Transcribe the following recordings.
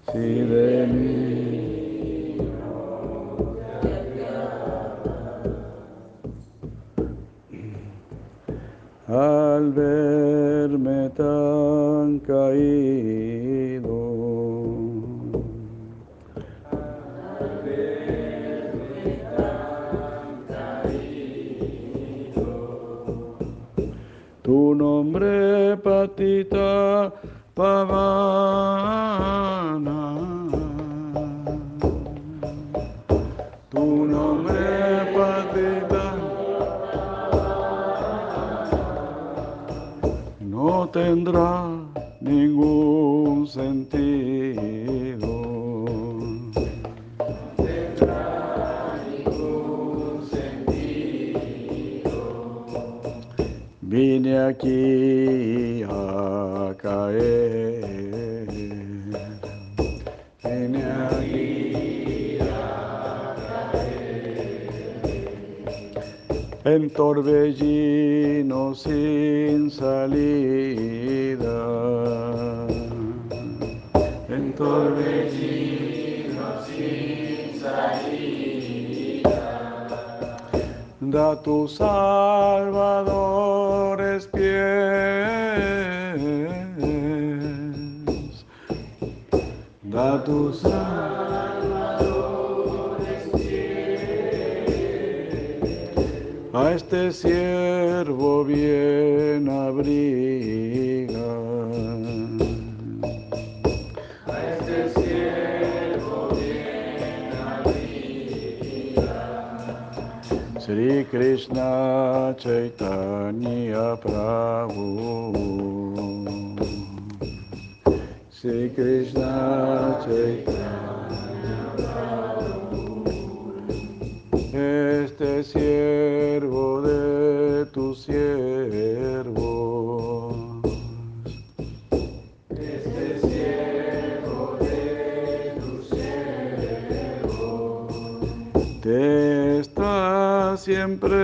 si de mí al verme tan caído, tu nombre patita pavana, tu nombre patita no tendrá ningún sentido. Vine aquí a caer, vine aquí en torbellino sin salida, en torbellino sin salida. Da tus salvadores pies, da tus salvadores pies a este siervo bien abriga. Sri Krishna Chaitanya Prabhu, Sri Krishna Chaitanya Prabhu, este siervo de tus siervos, este siervo de tus siervos, te está siempre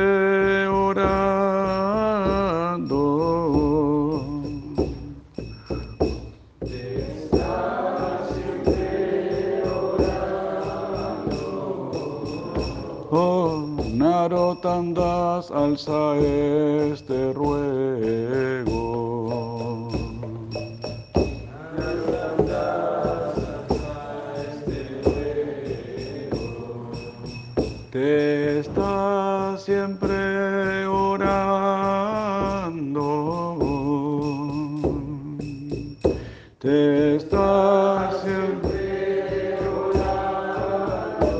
orando, te está siempre orando. Oh, Narotandas alza este ruego. Narotandas alza este ruego. Te está siempre orando, te está siempre orando.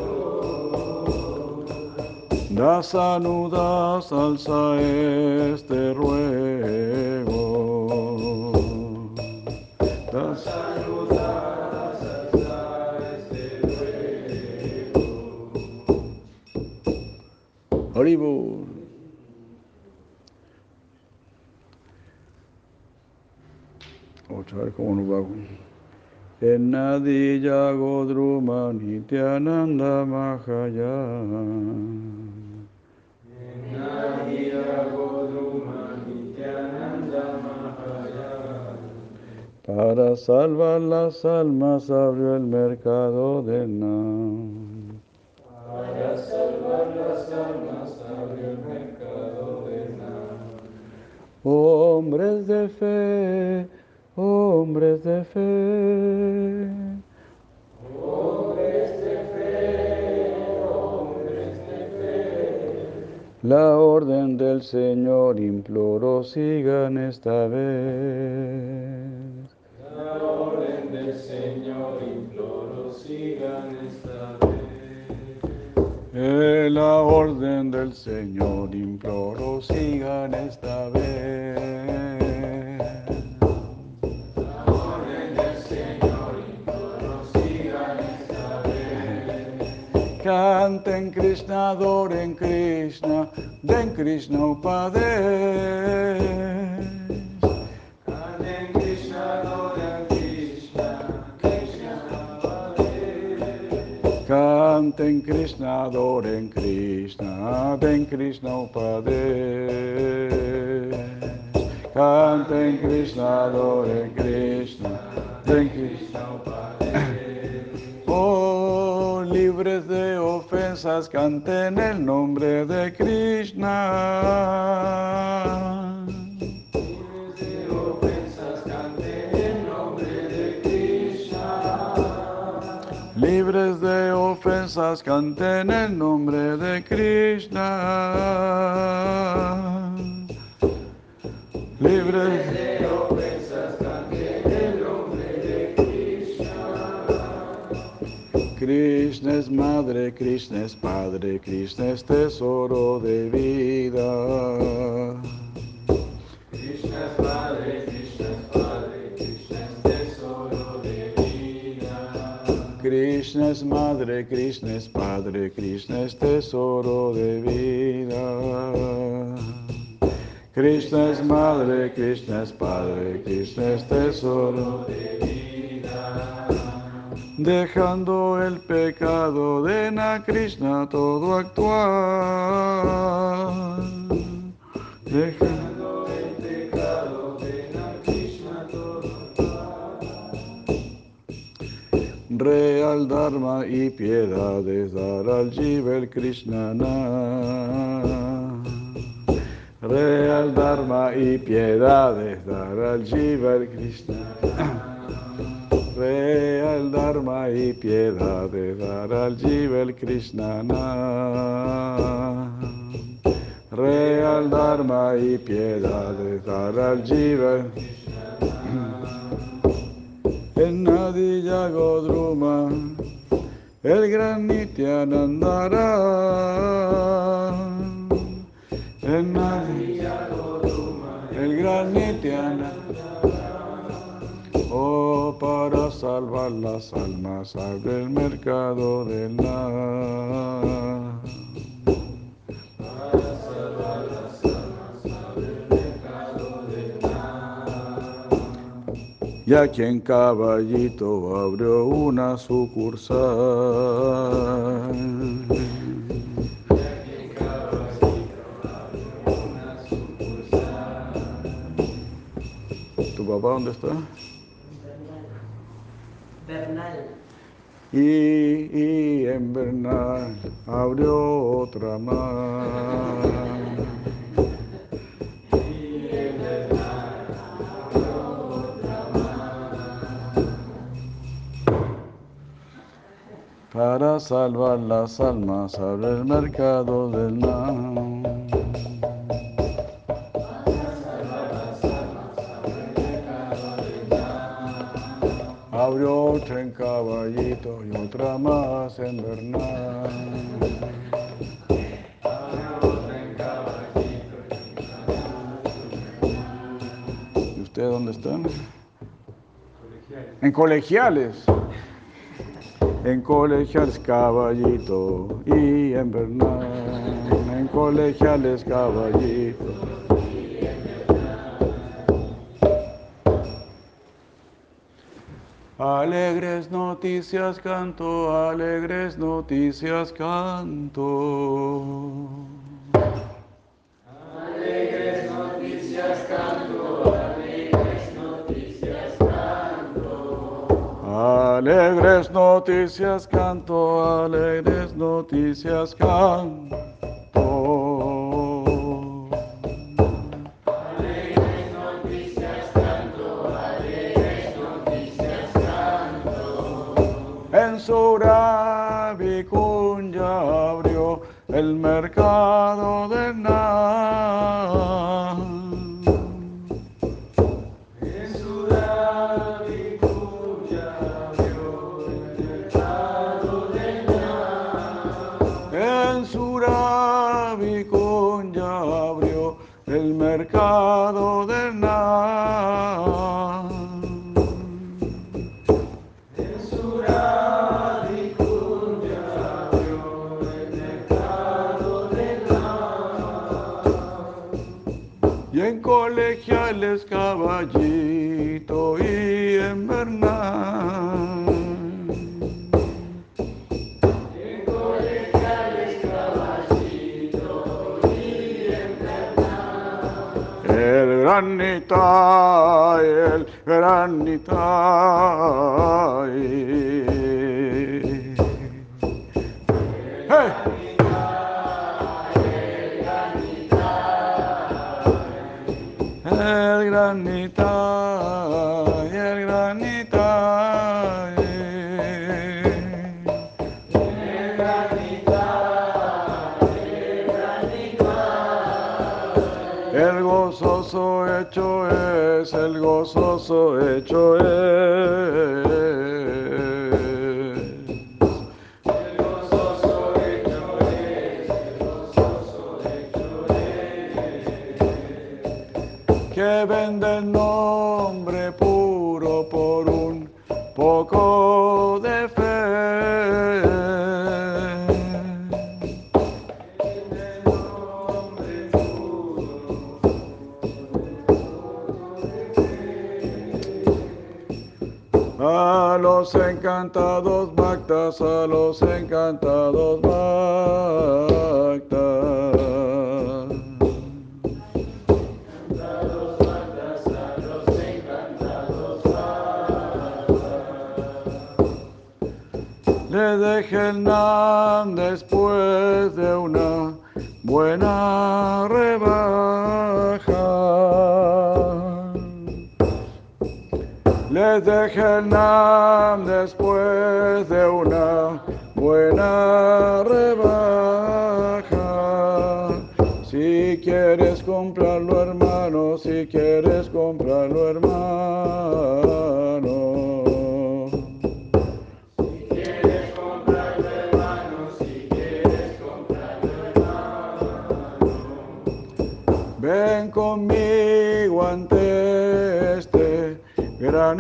Das anudas alza este ruego, das anudas alza este ruego. Haribo. Vamos a ver cómo nos va. Ennadilla Godruma Nityananda Mahaya. Ennadilla Godruma Nityananda Mahaya. Para salvar las almas abrió el mercado del Nam. Para salvar las almas abrió el mercado del Nam. Hombres de fe, hombres de fe. Hombres de fe, hombres de fe. La orden del Señor imploró, sigan esta vez. La orden del Señor imploró, sigan esta vez. La orden del Señor imploró, sigan esta vez. La orden del Señor imploró, sigan esta vez. Canten Krishna, adoren Krishna, den Krishna Upadesh. Canten Krishna, adoren Krishna, Krishna Upadesh. Canten Krishna, adoren Krishna, den Krishna Upadesh. Canten Krishna, adoren Krishna, den Krishna Upadesh. ofensas canten el nombre de Krishna. Libres de ofensas canten el nombre de Krishna. Libres de ofensas canten el nombre de Krishna. Krishna es madre, Krishna es padre, Krishna es tesoro de vida. Krishna es madre, Krishna es padre, Krishna es tesoro de vida. Krishna es madre, Krishna es padre, Krishna es tesoro de vida. Krishna es madre, Krishna es padre, Krishna es tesoro de vida. Dejando el pecado de na Krishna todo actuar. Dejando el pecado de na Krishna todo actuar. Real Dharma y piedad es dar al Jiva el Krishnana. Real Dharma y piedad es dar al Jiva el Krishnana. Real Dharma y piedad es dar al Jiva el Krishnana. Real Dharma y piedad es dar al Jiva el en Nadiya Godruma, el gran Nityanandara. En Nadiya Godruma, el gran Nityanandara. Oh, para salvar las almas, abre el mercado del nada. Para salvar las almas, abre el mercado del nada. Y aquí en Caballito abrió una sucursal. Y aquí en Caballito abrió una sucursal. ¿Tu papá dónde está? Bernal. Y en Bernal abrió otra más. Y en Bernal abrió otra más. Para salvar las almas abre el mercado del Nam. Abrió otra en Caballito y otra más en Bernal. Abrió otra en Caballito y otra más en Bernal. ¿Y ustedes dónde están? En Colegiales. En Colegiales Caballito y en Bernal. En Colegiales Caballito. Alegres noticias canto, alegres noticias canto. Alegres noticias canto, alegres noticias canto. Alegres noticias canto, alegres noticias canto. En Surabhikunja abrió el mercado del Nam. En Surabhikunja abrió el mercado del Nam. En Surabhikunja abrió el mercado del Nam. Y en Colegiales Caballito y en Bernal. Y en Colegiales Caballito y en Bernal. El gran Nitai, el gran Nitai. ¡Hey! El gozoso hecho es, el gozoso hecho es. El gozoso hecho es, el gozoso hecho es. Que vende el nombre puro por un poco de fe. A los encantados bhaktas, a los encantados bhaktas. Encantados bhaktas, a los encantados bhaktas. Le dejé el nam después de una buena rebaja. Les dejé el nam después de una buena rebaja. Si quieres comprarlo, hermano, si quieres comprarlo, hermano. Si quieres comprarlo, hermano, si quieres comprarlo, hermano. Ven conmigo ante este gran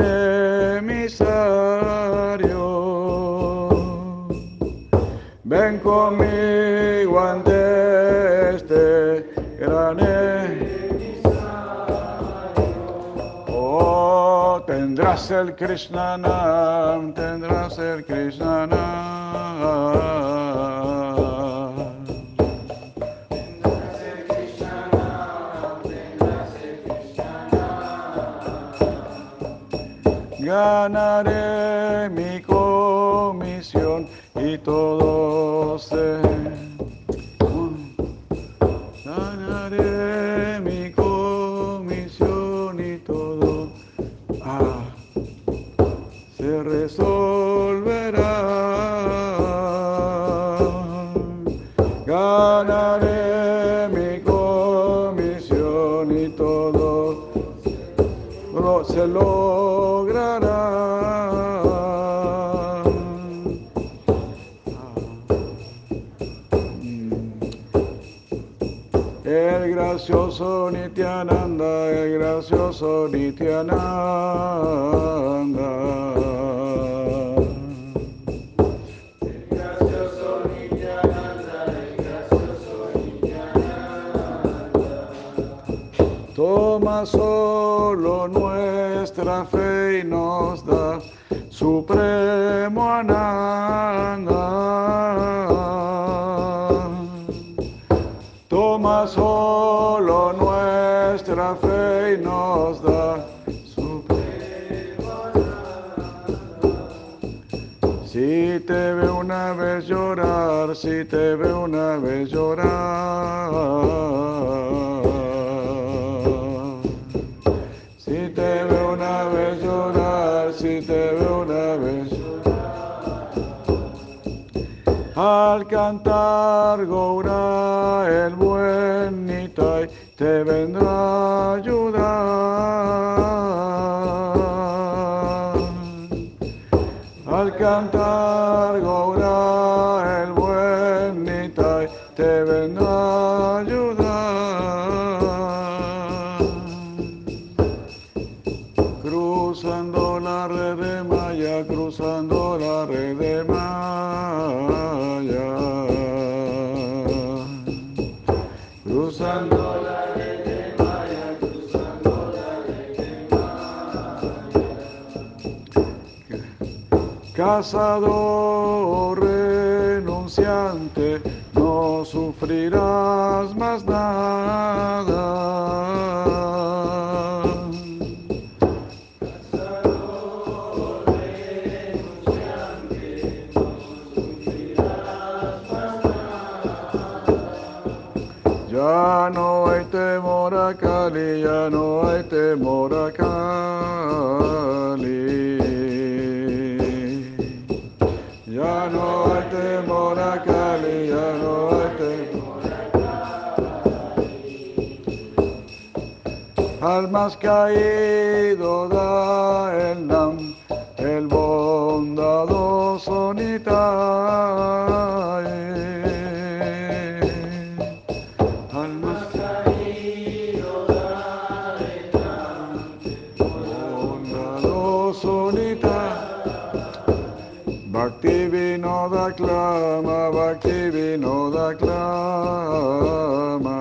emisario, ven conmigo ante este gran emisario. Oh, tendrás el Krishnanam, tendrás el Krishnanam. Ganaré mi comisión y todo se... Ganaré mi comisión y todo se resolverá. Ganaré mi comisión y todo se logrará. El gracioso Nityananda, el gracioso Nityananda. El gracioso Nityananda, el gracioso Nityananda. Toma solo nuestra fe y nos da supremo Ananda. Toma solo nuestra fe y nos da supremo Ananda. Si te ve una vez llorar, si te ve una vez llorar. Si te ve una vez llorar, si te ve una vez llorar. Al cantar Gaura, el buen Nitai te vendrá a ayudar. Al cantar Gaura, el buen Nitai te vendrá a ayudar. Cruzando la red de Maya, cruzando la red de Maya. Cruzando la red de Maya, cruzando la red de Maya. Cazador renunciante, no sufrirás más nada. Ya no hay temor a Kali, ya no hay temor a Kali. más caído da el Nam, el bondadoso Nitai. Al más caído da el Nam, bondadoso Nitai. Bhakti Vinoda clama, Bhakti Vinoda clama.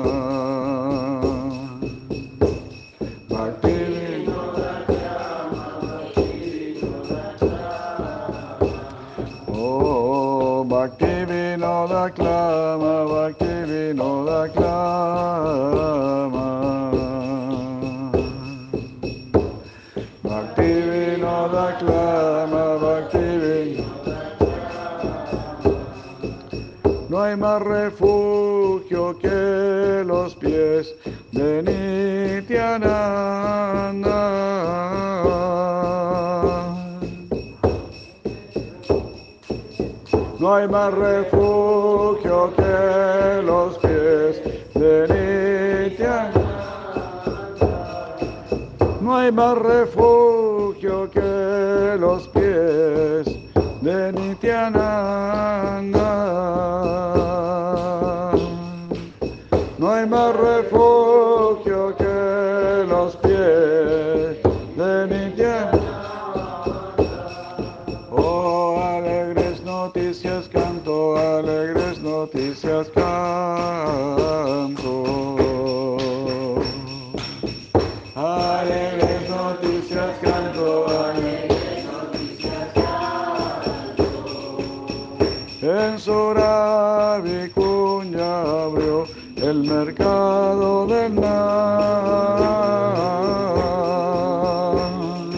Bhakti Vinoda clama, Bhakti Vinoda clama. Oh, Bhakti Vinoda clama, Bhakti Vinoda clama. Bhakti Vinoda clama, Bhakti Vinoda clama. No hay más refugio que los pies de Nityananda. No hay más refugio que los pies de Nityananda. No hay más refugio que los pies de Nityananda. No hay más refugio que los pies de Nityananda. Oh, alegres noticias canto, alegres noticias canto. Alegres noticias canto, alegres noticias canto. En Suravicuña abrió el mercado del Nam.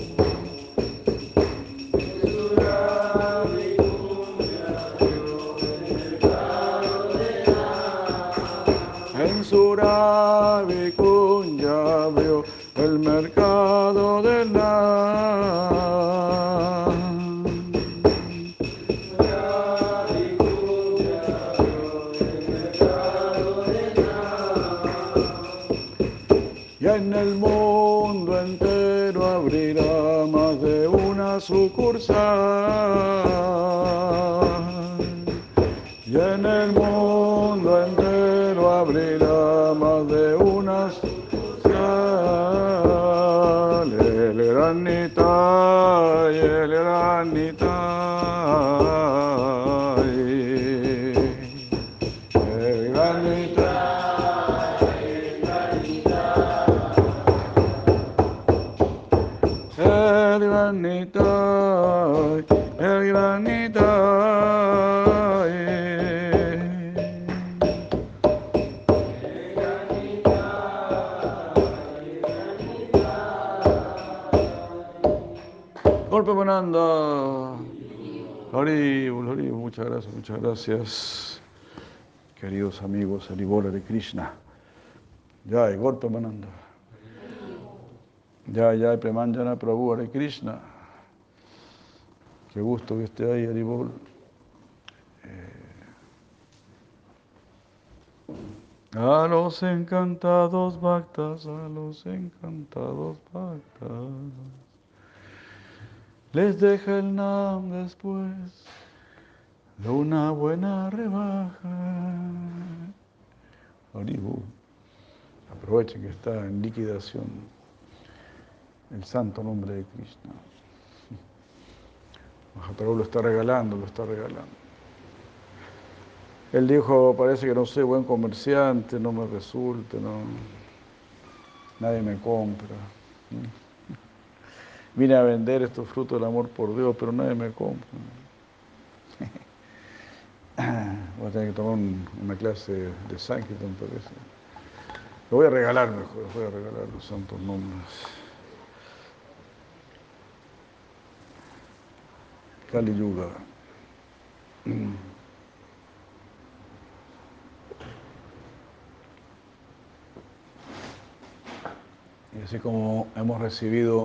En Suravicuña abrió el mercado del Nam. Y en el mundo entero abrirá más de una sucursal. Y en el mundo entero abrirá más de una sucursal. El gran Nitai, el gran Nitai. El gran Nitai. El gran Nitai, el gran Nitai. Golpe Mananda. Hari, muchas gracias, queridos amigos, Haribola de Krishna. Jai, Golpe Mananda. Jai, Premanjana Prabhu, Hare Krishna. Qué gusto que esté ahí, Haribol. A los encantados bhaktas, a los encantados bhaktas, les deja el Nam después de una buena rebaja. Haribol. Aprovechen que está en liquidación el santo nombre de Krishna. Mahaprabhu lo está regalando, Él dijo, parece que no soy buen comerciante, no me resulta, nadie me compra. Vine a vender estos frutos del amor por Dios, pero nadie me compra. Voy a tener que tomar una clase de Sankirtan, parece. Lo voy a regalar mejor, voy a regalar los santos nombres. Kali Yuga. Y así como hemos recibido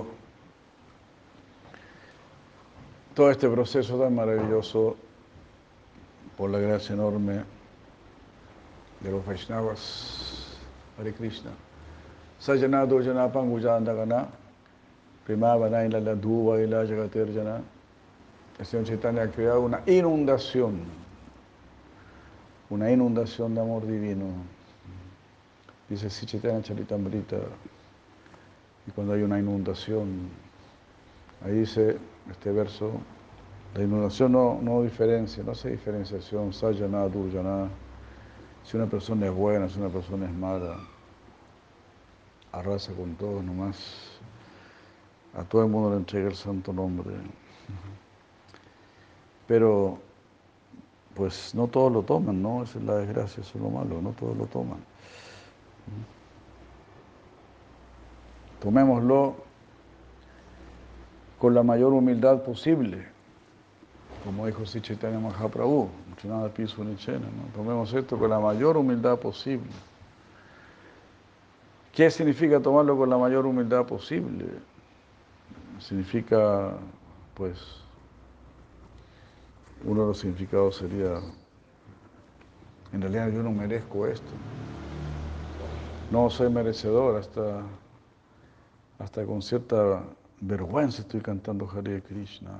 todo este proceso tan maravilloso por la gracia enorme de los Vaishnavas, Hare Krishna, Sajana Dojana Pangujandagana, Primavana y la Duva y la Jagaterjana. El Señor Chaitanya ha creado una inundación de amor divino. Dice Sri Chaitanya Charitamrita, y cuando hay una inundación, ahí dice este verso, la inundación no hace diferenciación, Sajana, Durjana, si una persona es buena, si una persona es mala, arrasa con todo nomás, a todo el mundo le entrega el santo nombre. Pero, pues no todos lo toman, ¿no? Esa es la desgracia, eso es lo malo, no todos lo toman. Tomémoslo con la mayor humildad posible, como dijo Sri Chaitanya Mahaprabhu, ¿no? Tomemos esto con la mayor humildad posible. ¿Qué significa tomarlo con la mayor humildad posible? Significa, pues, uno de los significados sería, en realidad yo no merezco esto, no soy merecedor, hasta con cierta vergüenza estoy cantando Hare Krishna.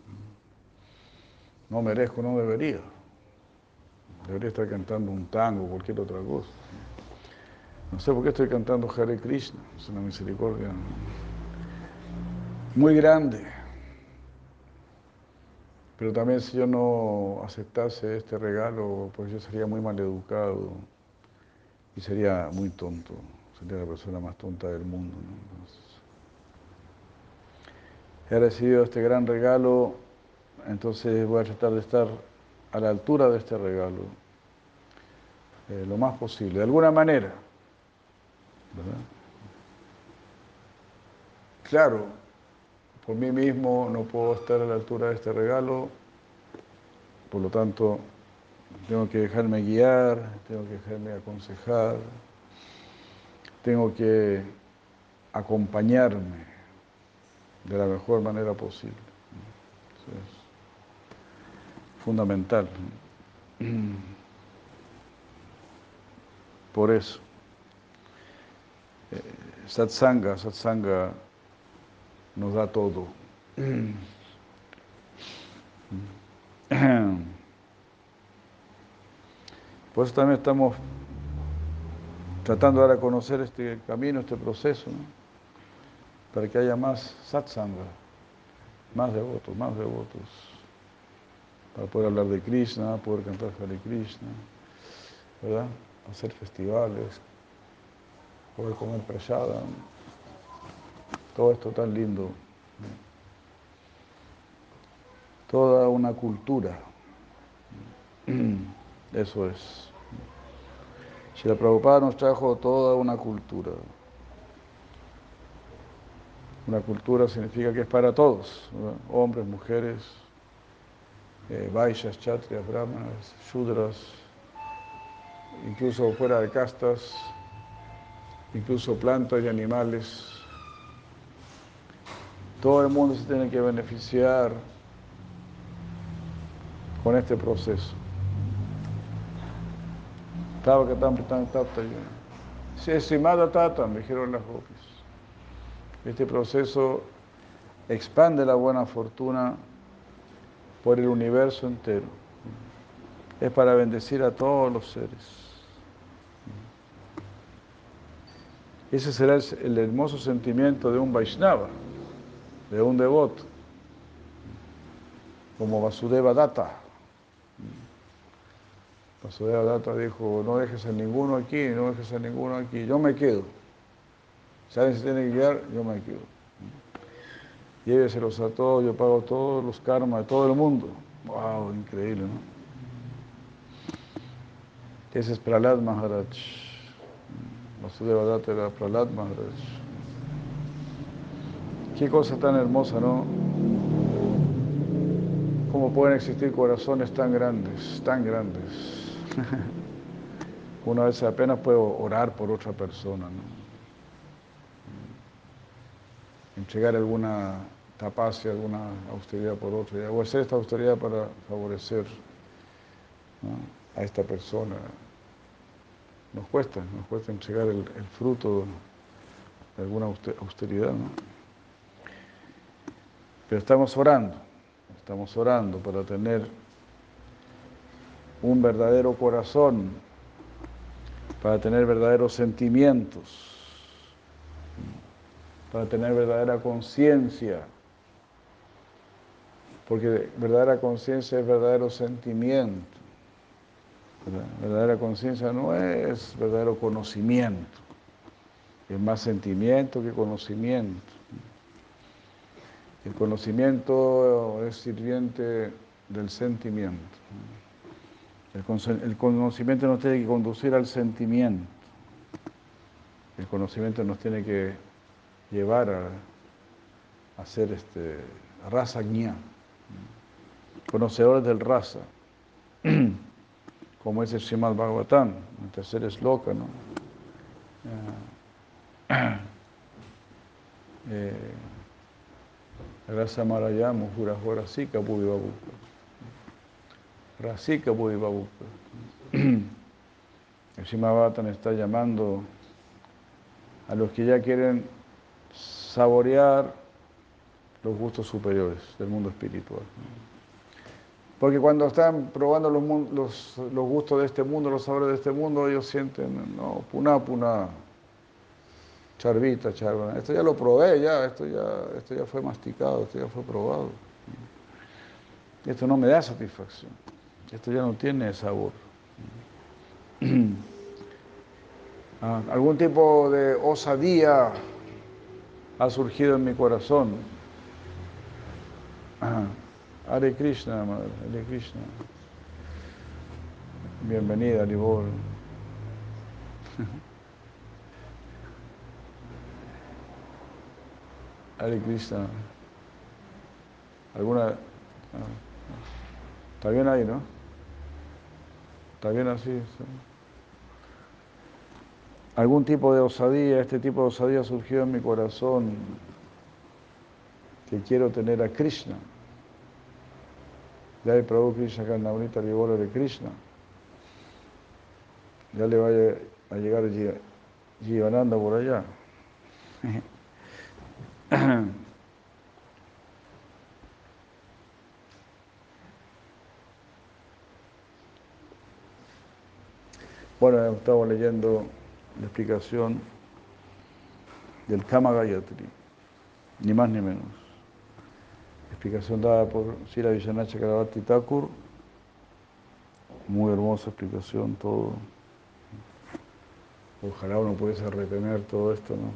No merezco, no debería. Debería estar cantando un tango o cualquier otra cosa. No sé por qué estoy cantando Hare Krishna. Es una misericordia muy grande. Pero también si yo no aceptase este regalo, pues yo sería muy mal educado y sería muy tonto. Sería la persona más tonta del mundo, ¿no? Entonces, he recibido este gran regalo, entonces voy a tratar de estar a la altura de este regalo, lo más posible, de alguna manera, ¿verdad? Claro, por mí mismo no puedo estar a la altura de este regalo, por lo tanto, tengo que dejarme guiar, tengo que dejarme aconsejar, tengo que acompañarme de la mejor manera posible. Eso es fundamental. Por eso, satsanga nos da todo. Por eso también estamos tratando de dar a conocer este camino, este proceso, ¿no? Para que haya más satsanga, más devotos, para poder hablar de Krishna, poder cantar Hare Krishna, ¿verdad? Hacer festivales, poder comer prasada, todo esto tan lindo. Toda una cultura, eso es. Srila Prabhupada nos trajo toda una cultura. Una cultura significa que es para todos, ¿verdad? Hombres, mujeres, vaishyas, kshatriyas, brahmanas, shudras, incluso fuera de castas, incluso plantas y animales. Todo el mundo se tiene que beneficiar con este proceso. Simada Tata, me dijeron las gopis. Este proceso expande la buena fortuna por el universo entero. Es para bendecir a todos los seres. Ese será el hermoso sentimiento de un Vaishnava, de un devoto, como Vasudeva Datta. Vasudeva Datta dijo, no dejes a ninguno aquí, no dejes a ninguno aquí, yo me quedo. Si alguien se tiene que quedar, yo me quedo. Lléveselos a todos, yo pago todos los karmas de todo el mundo. ¡Wow! Increíble, ¿no? Ese es Prahlad Maharaj. Vasudeva Datta era Prahlad Maharaj. Qué cosa tan hermosa, ¿no? ¿Cómo pueden existir corazones tan grandes, tan grandes? Una vez apenas puede orar por otra persona, ¿no? Entregar alguna tapasya, alguna austeridad por otra, o hacer esta austeridad para favorecer, ¿no?, a esta persona. Nos cuesta entregar el fruto de alguna austeridad, ¿no? Pero estamos orando para tener un verdadero corazón, para tener verdaderos sentimientos, para tener verdadera conciencia, porque verdadera conciencia es verdadero sentimiento. Verdadera conciencia no es verdadero conocimiento, es más sentimiento que conocimiento. El conocimiento es sirviente del sentimiento. El conocimiento nos tiene que conducir al sentimiento. El conocimiento nos tiene que llevar a ser rasa gñá, conocedores del rasa, como es el Srimad Bhagavatam, el tercer shloka, ¿no? Rasa marayamo jurajo rasika bhuvivabuka. Rasika bhuvivabuka. El Srimad Bhagavatam está llamando a los que ya quieren saborear los gustos superiores del mundo espiritual. Porque cuando están probando los gustos de este mundo, los sabores de este mundo, ellos sienten, no, puna, charvita, charvana. Esto ya lo probé, esto ya fue masticado, esto ya fue probado. Esto no me da satisfacción. Esto ya no tiene sabor. Algún tipo de osadía ha surgido en mi corazón. Hare Krishna, madre, Hare Krishna. Bienvenida, Libor. Hare Krishna. ¿Alguna? ¿Está bien ahí, no? ¿Está bien así? ¿Sí? Algún tipo de osadía, este tipo de osadía surgió en mi corazón, que quiero tener a Krishna. Ya hay Prabhu Krishna Karnamrita Libor de Krishna. Ya le vaya a llegar Jivananda por allá. Bueno, estamos leyendo la explicación del Kama Gayatri, ni más ni menos. Explicación dada por Srila Vishwanath Chakravarti Thakur. Muy hermosa explicación, todo. Ojalá uno pudiese retener todo esto, ¿no?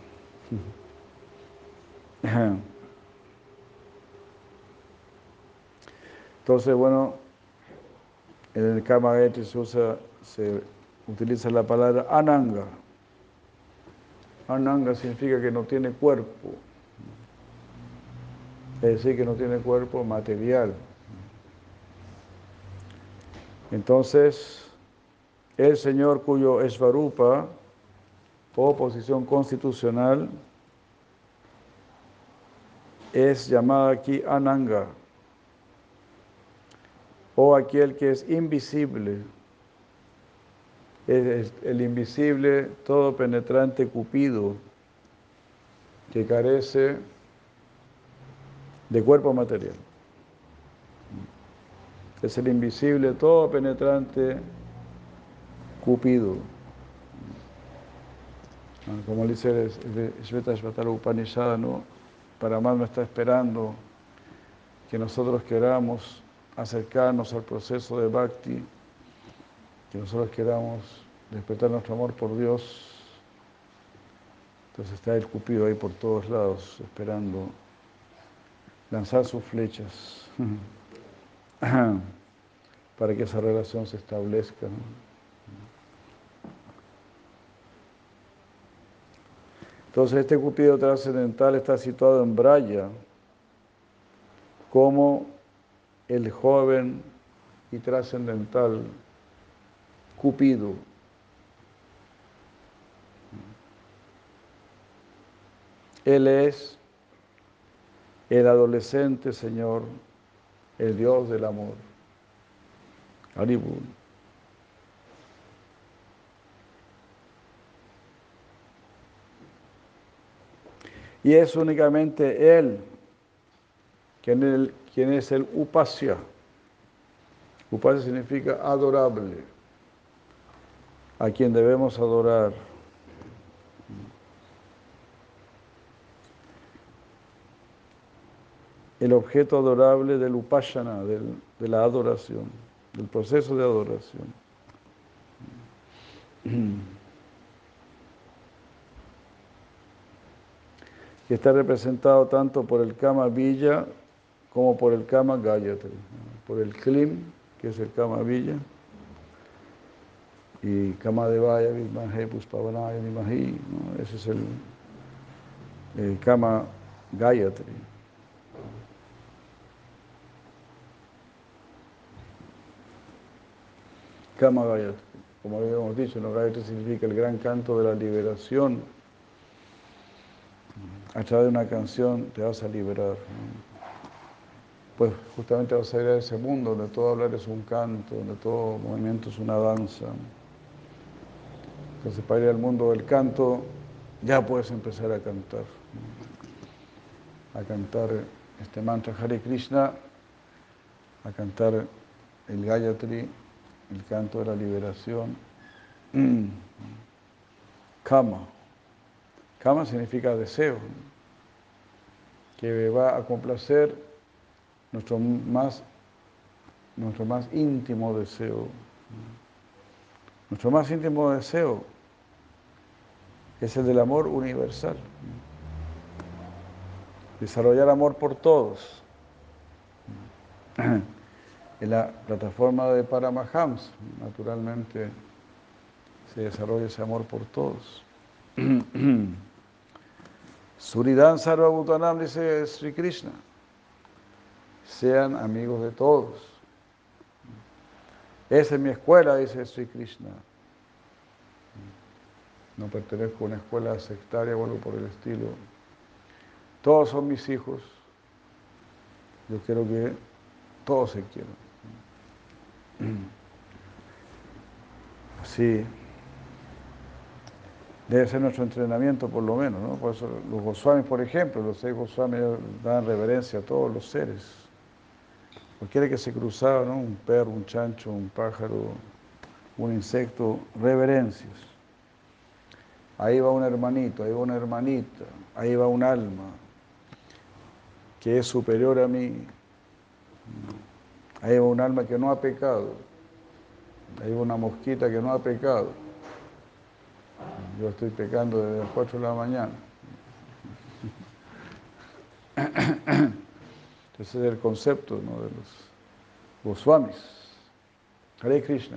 Entonces, bueno, en el Kama Gayatri se utiliza la palabra ananga. Ananga significa que no tiene cuerpo, es decir, que no tiene cuerpo material. Entonces, el Señor cuyo Svarupa, o posición constitucional, es llamado aquí Ananga, o aquel que es invisible, es el invisible, todo penetrante Cupido, que carece de cuerpo material. Es el invisible, todo penetrante Cupido. Como dice el Shvetashvatara Upanishad, ¿no? Paramatma está esperando que nosotros queramos acercarnos al proceso de Bhakti, que nosotros queramos despertar nuestro amor por Dios. Entonces está el Cupido ahí por todos lados, esperando lanzar sus flechas para que esa relación se establezca, ¿no? Entonces este Cupido trascendental está situado en Braya como el joven y trascendental Cupido. Él es el adolescente Señor, el Dios del amor. Haribol. Y es únicamente Él quien es el Upasya. Upasya significa adorable, a quien debemos adorar. El objeto adorable del Upasana, de la adoración, del proceso de adoración. Que está representado tanto por el Kama Villa como por el Kama Gayatri. Por el Klim, que es el Kama Villa, y Kama Devaya, Vidmahe, Puspavanaya, Nimahi, ¿no? Ese es el Kama Gayatri. Kama Gayatri. Como habíamos dicho, ¿no? Gayatri significa el gran canto de la liberación. A través de una canción te vas a liberar, ¿no? Pues justamente vas a ir a ese mundo donde todo hablar es un canto, donde todo movimiento es una danza. Entonces, para ir al mundo del canto, ya puedes empezar a cantar. A cantar este mantra Hare Krishna, a cantar el Gayatri, el canto de la liberación. Kama. Kama significa deseo, que va a complacer nuestro más íntimo deseo. Nuestro más íntimo deseo es el del amor universal. Desarrollar amor por todos. En la plataforma de Paramahams, naturalmente, se desarrolla ese amor por todos. Suridan Sarvabhutanam, dice Sri Krishna. Sean amigos de todos. Esa es mi escuela, dice Sri Krishna. No pertenezco a una escuela sectaria o algo por el estilo. Todos son mis hijos. Yo quiero que todos se quieran. Así debe ser nuestro entrenamiento, por lo menos, ¿no? Por eso los Goswamis, por ejemplo, los 6 Goswamis dan reverencia a todos los seres. Cualquiera que se cruzaba, ¿no? Un perro, un chancho, un pájaro, un insecto, reverencias. Ahí va un hermanito, ahí va una hermanita, ahí va un alma que es superior a mí. Ahí va un alma que no ha pecado. Ahí va una mosquita que no ha pecado. Yo estoy pecando desde las 4 de la mañana. Ese es el concepto, ¿no? De los Goswamis. Hare Krishna.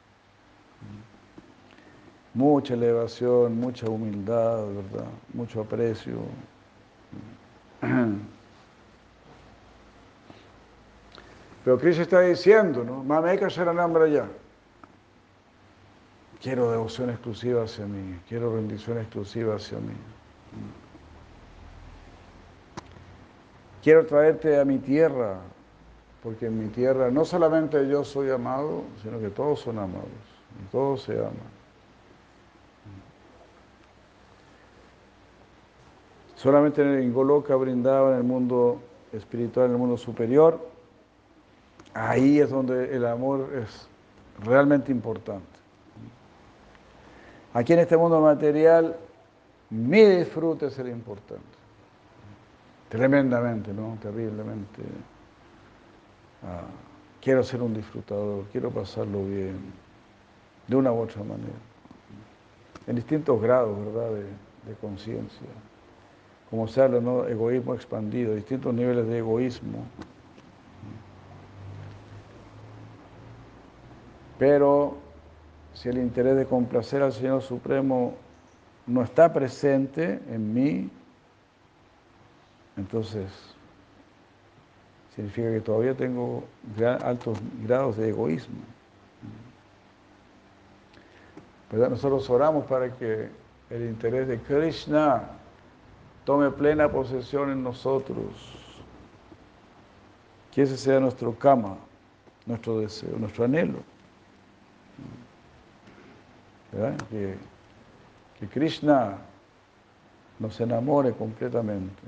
Mucha elevación, mucha humildad, ¿verdad? Mucho aprecio. Pero Krishna está diciendo, ¿no? Mameka Sharanam Braya. Quiero devoción exclusiva hacia mí, quiero rendición exclusiva hacia mí. Quiero traerte a mi tierra, porque en mi tierra no solamente yo soy amado, sino que todos son amados, y todos se aman. Solamente en el Goloka Vrindavan, en el mundo espiritual, en el mundo superior, ahí es donde el amor es realmente importante. Aquí en este mundo material, mi disfrute es el importante. Tremendamente, ¿no? Terriblemente. Quiero ser un disfrutador, quiero pasarlo bien, de una u otra manera. En distintos grados, ¿verdad?, de conciencia. Como se habla, ¿no? Egoísmo expandido, distintos niveles de egoísmo. Pero si el interés de complacer al Señor Supremo no está presente en mí, entonces significa que todavía tengo altos grados de egoísmo. ¿Verdad? Nosotros oramos para que el interés de Krishna tome plena posesión en nosotros. Que ese sea nuestro kama, nuestro deseo, nuestro anhelo. ¿Verdad? Que Krishna nos enamore completamente.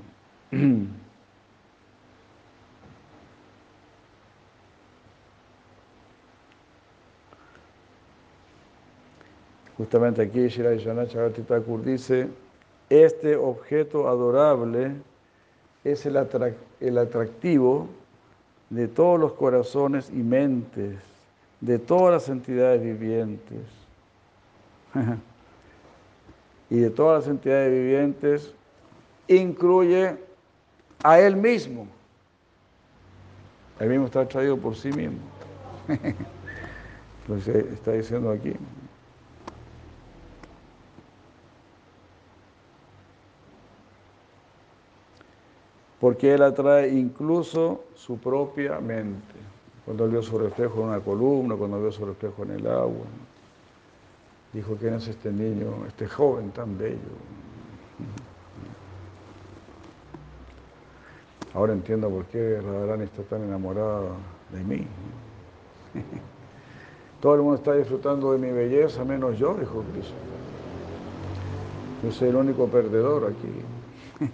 Justamente aquí Shri Vishwanath Chakravarti Thakur dice, este objeto adorable es el atractivo de todos los corazones y mentes, de todas las entidades vivientes. Y de todas las entidades vivientes incluye a él mismo. Él mismo está atraído por sí mismo. Entonces está diciendo aquí. Porque él atrae incluso su propia mente. Cuando él vio su reflejo en una columna, cuando vio su reflejo en el agua, dijo, ¿quién es este niño, este joven tan bello? Ahora entiendo por qué Radharani está tan enamorada de mí. Todo el mundo está disfrutando de mi belleza, menos yo, dijo Krishna. Yo soy el único perdedor aquí.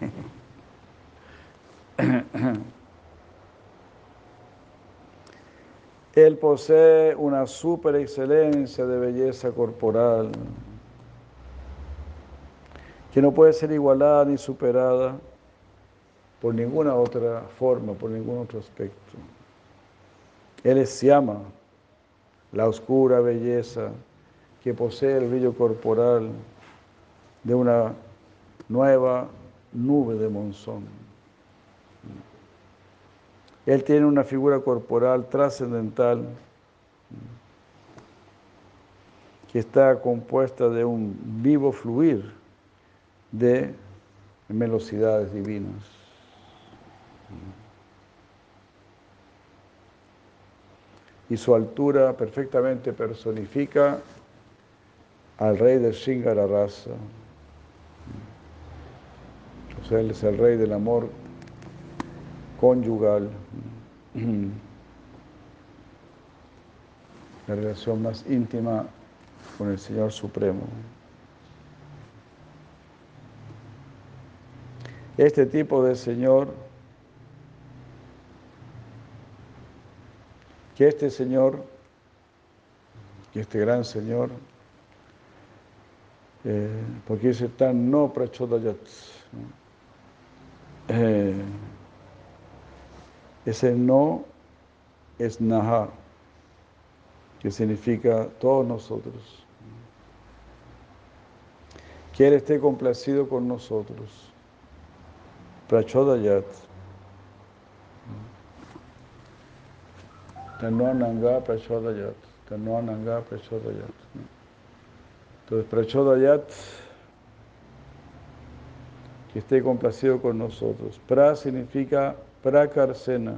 Él posee una super excelencia de belleza corporal que no puede ser igualada ni superada por ninguna otra forma, por ningún otro aspecto. Él es Syama, la oscura belleza que posee el brillo corporal de una nueva nube de monzón. Él tiene una figura corporal trascendental que está compuesta de un vivo fluir de velocidades divinas. Y su altura perfectamente personifica al rey de Shringara Rasa. O sea, él es el rey del amor conyugal, la relación más íntima con el Señor Supremo. Este tipo de Señor, que este gran Señor, porque dice tan no prachodayat, ese no es naha, que significa todos nosotros. Que Él esté complacido con nosotros. Prachodayat. Tanonanga prachodayat. Tanonanga prachodayat. Entonces, prachodayat, que esté complacido con nosotros. Pra significa prakarsena.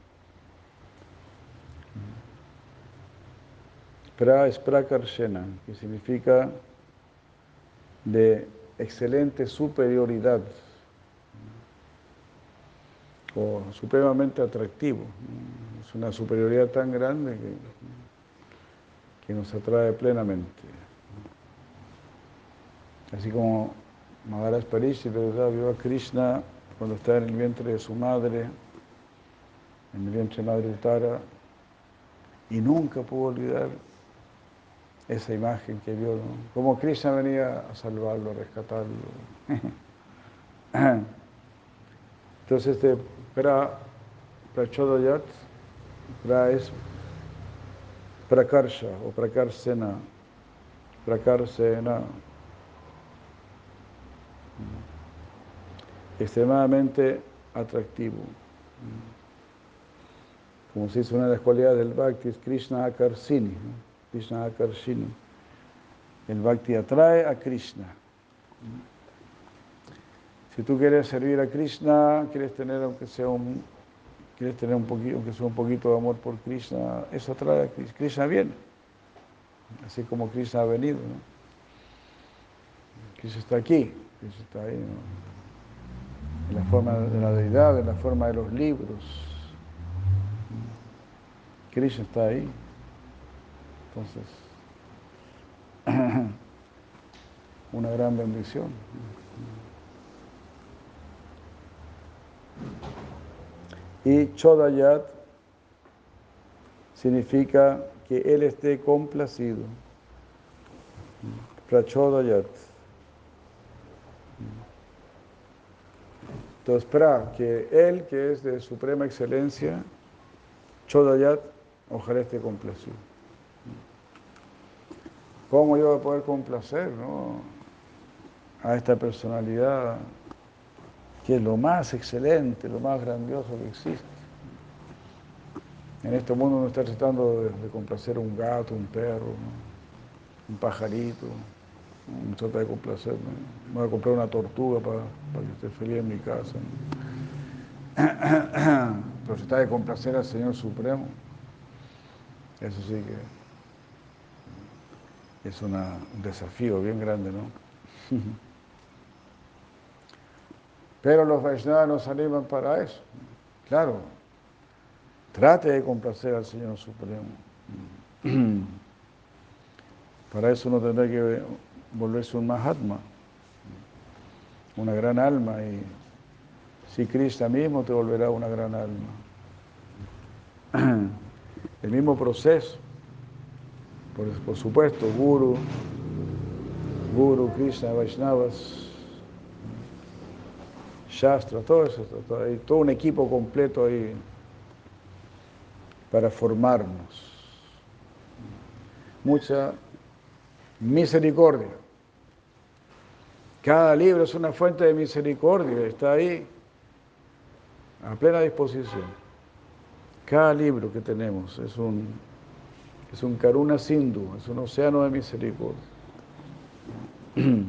Pra es prakarshena, que significa de excelente superioridad o supremamente atractivo. Es una superioridad tan grande que nos atrae plenamente. Así como Maharaj Parikshit, ¿verdad?, vio a Krishna cuando estaba en el vientre de su madre, en el vientre de madre Uttara, y nunca pudo olvidar esa imagen que vio, ¿no? Como Krishna venía a salvarlo, a rescatarlo. Entonces, Prachodayat, Pra es Prakarsha o Prakarsena, Prakarsena, extremadamente atractivo. Como se dice, una de las cualidades del Bhakti es Krishna Akarsini, ¿no? Krishna Akarshini. El Bhakti atrae a Krishna. Si tú quieres servir a Krishna, quieres tener aunque sea un poquito, aunque sea un poquito de amor por Krishna, eso atrae a Krishna. Krishna viene, así como Krishna ha venido, ¿no? Krishna está aquí, Krishna está ahí, ¿no? En la forma de la deidad, en la forma de los libros. Krishna está ahí. Entonces, una gran bendición. Y Chodayat significa que él esté complacido. Prachodayat. Entonces, para que él, que es de suprema excelencia, Chodayat, ojalá esté complacido. ¿Cómo yo voy a poder complacer, no, a esta personalidad que es lo más excelente, lo más grandioso que existe? En este mundo uno está tratando de complacer a un gato, un perro, ¿no? Un pajarito. No trata de complacer, ¿no? Voy a comprar una tortuga para que esté feliz en mi casa, ¿no? Pero si está de complacer al Señor Supremo, eso sí que es un desafío bien grande, ¿no? Pero los Vaishnavas nos animan para eso. Claro, trate de complacer al Señor Supremo. Para eso uno tendrá que volverse un Mahatma, una gran alma, y si Krishna mismo te volverá una gran alma. El mismo proceso, por supuesto, Guru, Krishna, Vaishnavas, Shastra, todo eso, hay todo un equipo completo ahí para formarnos. Mucha misericordia. Cada libro es una fuente de misericordia, está ahí a plena disposición. Cada libro que tenemos es un Karuna Sindhu, es un océano de misericordia. Y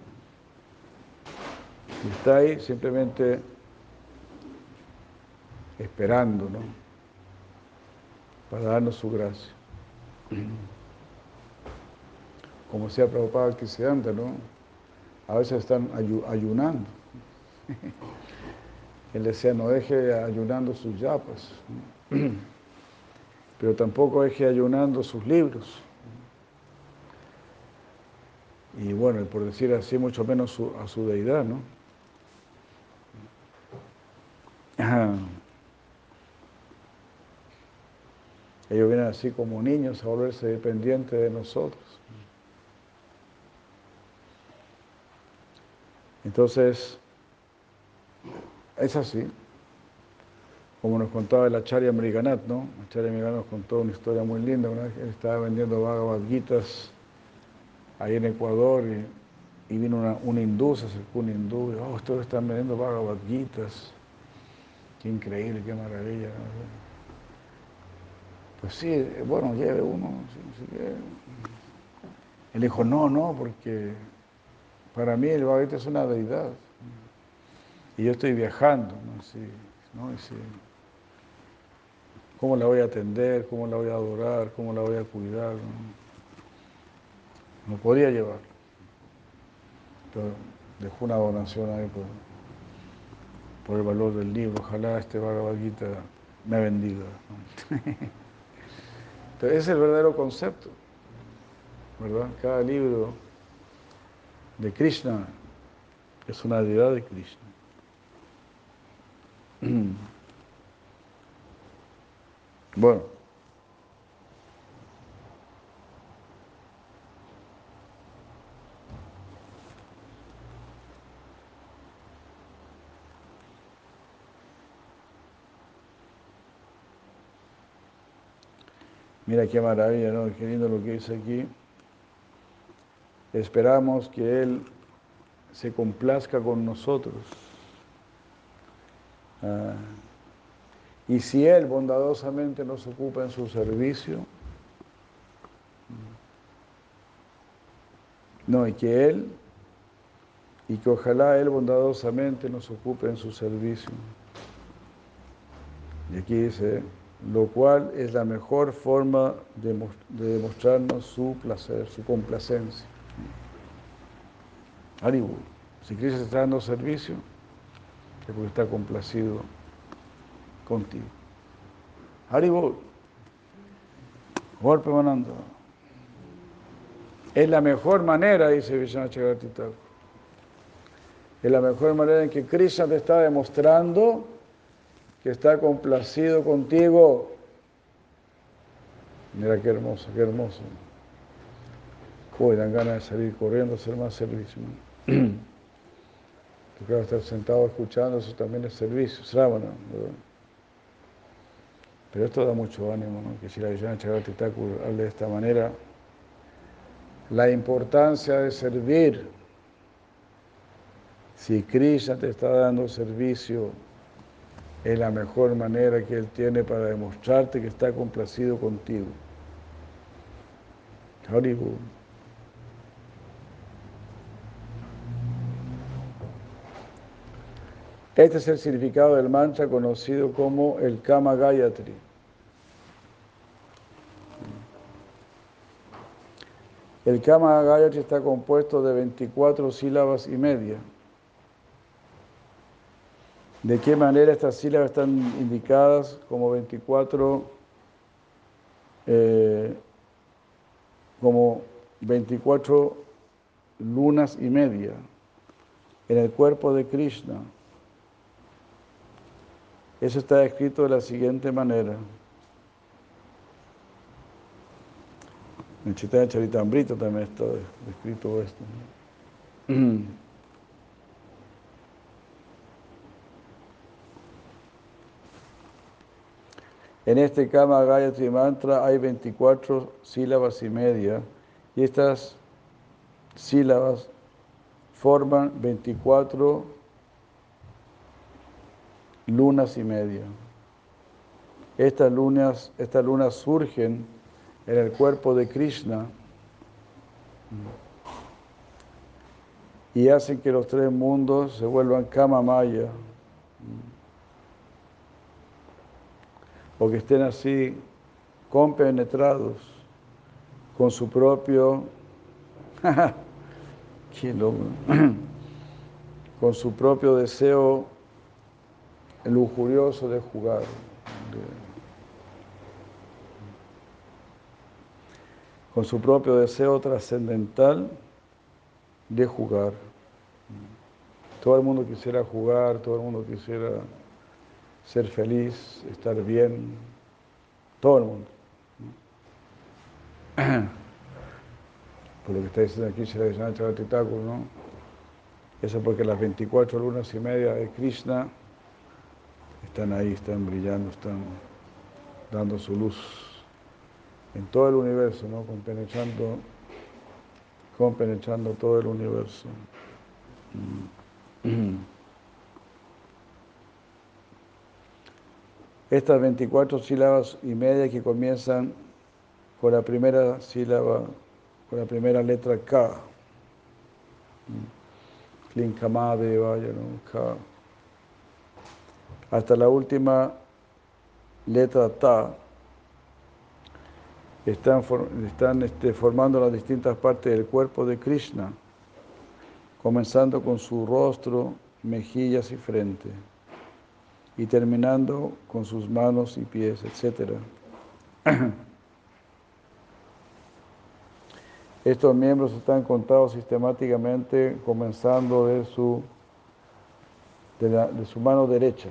está ahí simplemente esperando, ¿no? Para darnos su gracia. Como decía Prabhupada que se anda, ¿no? A veces están ayunando. Él decía, no deje ayunando sus yapas, pero tampoco deje ayunando sus libros. Y bueno, por decir así, mucho menos a su deidad, ¿no? Ellos vienen así como niños a volverse dependientes de nosotros. Entonces, es así. Como nos contaba el Acharya Mriganat, ¿no? Acharya Mriganat nos contó una historia muy linda. Una vez que él estaba vendiendo Bhagavad Gitas ahí en Ecuador y vino una hindú, se acercó un hindú y ustedes están vendiendo Bhagavad Gitas. Qué increíble, qué maravilla, ¿no? Pues sí, bueno, lleve uno. Sí, él dijo, no, porque para mí el Bhagavad Gita es una deidad. Y yo estoy viajando, ¿no? Sí, ¿no? Y sí, ¿cómo la voy a atender? ¿Cómo la voy a adorar? ¿Cómo la voy a cuidar? No podía llevar. Pero dejó una donación ahí por el valor del libro. Ojalá este Bhagavad Gita me bendiga, ¿no? Entonces, ese es el verdadero concepto, ¿verdad? Cada libro de Krishna es una deidad de Krishna. Bueno. Mira qué maravilla, ¿no? Qué lindo lo que dice aquí. Esperamos que Él se complazca con nosotros. Y si Él bondadosamente nos ocupa en su servicio, no, y que ojalá Él bondadosamente nos ocupe en su servicio. Y aquí dice, lo cual es la mejor forma de demostrarnos su placer, su complacencia. Haribol, si Cristo está dando servicio, es porque está complacido contigo. Haribol, golpe manando. Es la mejor manera, dice Vishwanath Chakravarti Thakur. Es la mejor manera en que Krishna te está demostrando que está complacido contigo. Mira qué hermoso, qué hermoso. Uy, dan ganas de salir corriendo a hacer más servicio. Tú que vas a estar sentado escuchando, eso también es servicio, Sravana, ¿verdad? Pero esto da mucho ánimo, ¿no? Que Srila Vishwanath Chakravarti Thakur hable de esta manera. La importancia de servir. Si Krishna te está dando servicio, es la mejor manera que Él tiene para demostrarte que está complacido contigo. Hari Bol. Este es el significado del mantra conocido como el Kama Gayatri. El Kama Gayatri está compuesto de 24 sílabas y media. ¿De qué manera estas sílabas están indicadas como 24, como 24 lunas y media en el cuerpo de Krishna? Eso está escrito de la siguiente manera. En Chaitanya Charitamrita también está escrito esto. En este Kama Gayatri Mantra hay 24 sílabas y media, y estas sílabas forman 24 lunas y media. Estas lunas surgen en el cuerpo de Krishna y hacen que los tres mundos se vuelvan Kama Maya, o que estén así compenetrados con su propio con su propio deseo lujurioso de jugar, con su propio deseo trascendental de jugar. Todo el mundo quisiera jugar, todo el mundo quisiera ser feliz, estar bien, todo el mundo. Por lo que está diciendo aquí Srila Vishwanath Chakravarti Thakur, ¿no? Eso es porque las 24 lunas y media de Krishna están ahí, están brillando, están dando su luz en todo el universo, ¿no? Compenetrando todo el universo. Estas 24 sílabas y media que comienzan con la primera sílaba, con la primera letra K. Klinkamadevaya, ¿no? K. Hasta la última letra Ta. Están formando las distintas partes del cuerpo de Krishna, comenzando con su rostro, mejillas y frente, y terminando con sus manos y pies, etc. Estos miembros están contados sistemáticamente, comenzando de su mano derecha.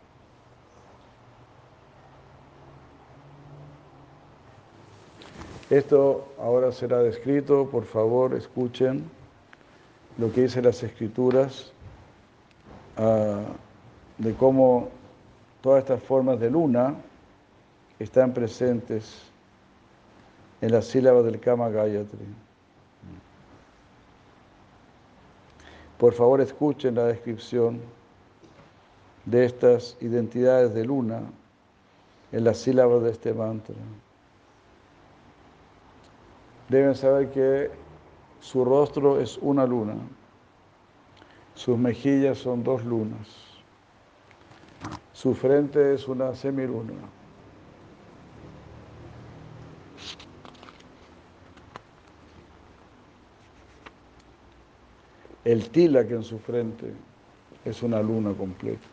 Esto ahora será descrito, por favor, escuchen lo que dicen las escrituras de cómo todas estas formas de luna están presentes en las sílabas del Kama Gayatri. Por favor, escuchen la descripción de estas identidades de luna en las sílabas de este mantra. Deben saber que su rostro es una luna, sus mejillas son 2 lunas, su frente es una semiluna. El tilak en su frente es una luna completa.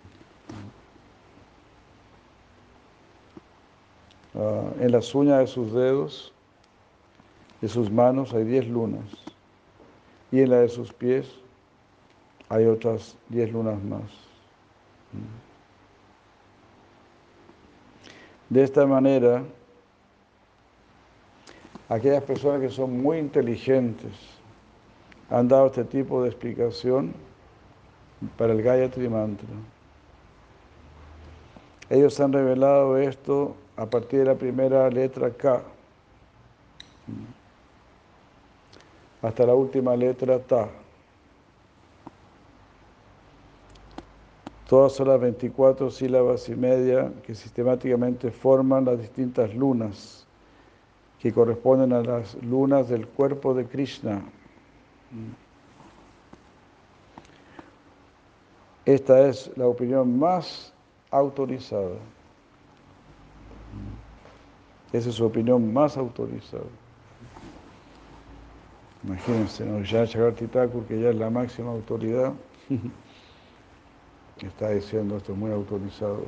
En las uñas de sus dedos, de sus manos, hay 10 lunas. Y en la de sus pies hay otras 10 lunas más. De esta manera, aquellas personas que son muy inteligentes han dado este tipo de explicación para el Gayatri Mantra. Ellos han revelado esto a partir de la primera letra K hasta la última letra Ta. Todas son las 24 sílabas y media que sistemáticamente forman las distintas lunas, que corresponden a las lunas del cuerpo de Krishna. Esta es la opinión más autorizada. Esa es su opinión más autorizada. Imagínense, ¿no? Ya Chakravarti Thakur, que ya es la máxima autoridad, está diciendo esto muy autorizado.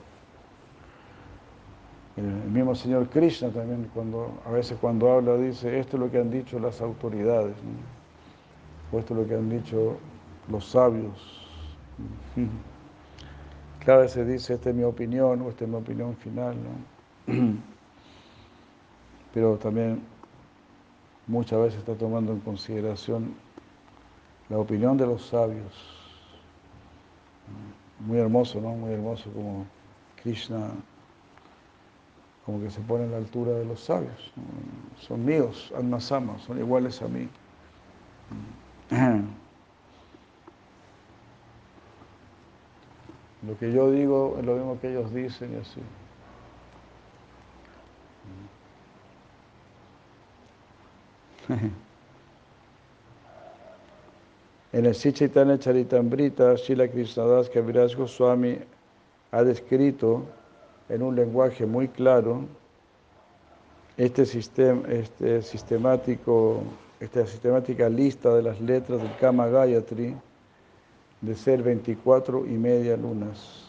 El mismo Señor Krishna también, a veces cuando habla, dice, esto es lo que han dicho las autoridades, ¿no? O esto es lo que han dicho los sabios. Claro, a veces dice, esta es mi opinión, o esta es mi opinión final, ¿no? Pero también muchas veces está tomando en consideración la opinión de los sabios. Muy hermoso, ¿no? Muy hermoso como Krishna, como que se pone a la altura de los sabios. Son míos, Atma-sama, son iguales a mí. Lo que yo digo es lo mismo que ellos dicen y así. En el Sri Chaitanya Charitamrita, Srila Krishnadas Kaviraj Goswami ha descrito en un lenguaje muy claro esta sistemática lista de las letras del Kama Gayatri de ser 24 y media lunas.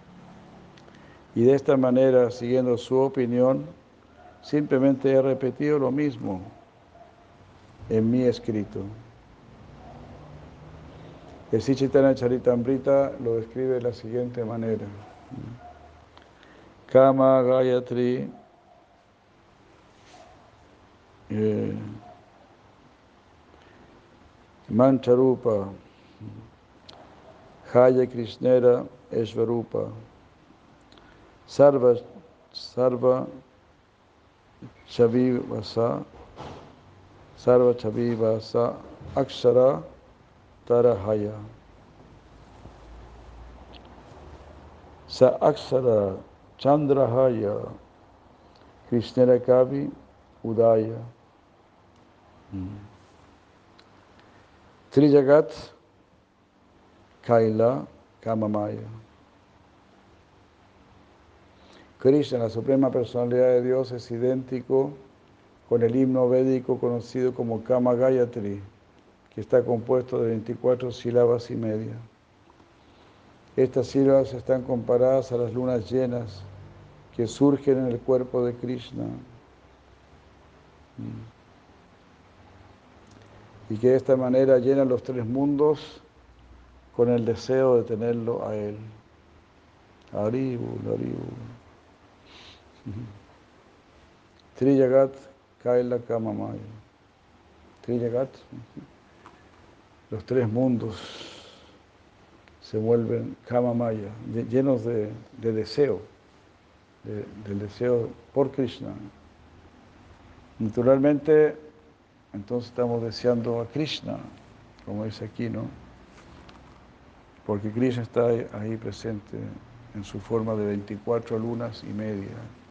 Y de esta manera, siguiendo su opinión, simplemente he repetido lo mismo en mi escrito. El Sri Chaitanya Charitamrita lo describe de la siguiente manera. Kama Gayatri Mancharupa Haya Krishnera Esvarupa Sarva Chavivasa Akshara Tarahaya. Sa Akshara Chandrahaya Krishnera Kavi Udaya. Trijagat Kaila Kamamaya. Krishna, la suprema personalidad de Dios, es idéntico con el himno védico conocido como Kama Gayatri, que está compuesto de 24 sílabas y media. Estas sílabas están comparadas a las lunas llenas que surgen en el cuerpo de Krishna y que de esta manera llenan los tres mundos con el deseo de tenerlo a Él. Haribol, Haribol. Trijagat Kaila Kamamaya. Trijagat, los tres mundos se vuelven Kamamaya, llenos de deseo, del deseo por Krishna. Naturalmente, entonces estamos deseando a Krishna, como dice aquí, ¿no? Porque Krishna está ahí presente en su forma de 24 lunas y media.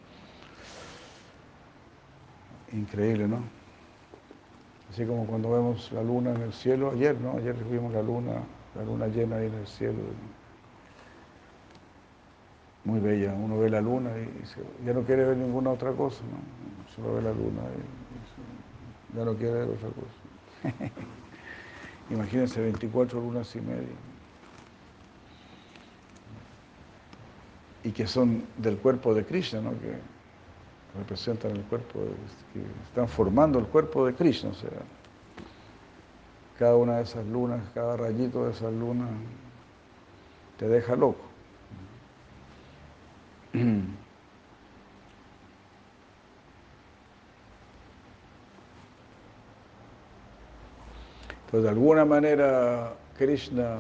Increíble, ¿no? Así como cuando vemos la luna en el cielo, ayer, ¿no? Ayer vimos la luna llena ahí en el cielo. Muy bella, uno ve la luna y ya no quiere ver ninguna otra cosa, ¿no? Solo ve la luna y ya no quiere ver otra cosa. Imagínense 24 lunas y media. Y que son del cuerpo de Krishna, ¿no? Que representan el cuerpo, que están formando el cuerpo de Krishna. O sea, cada una de esas lunas, cada rayito de esas lunas te deja loco. Entonces, de alguna manera, Krishna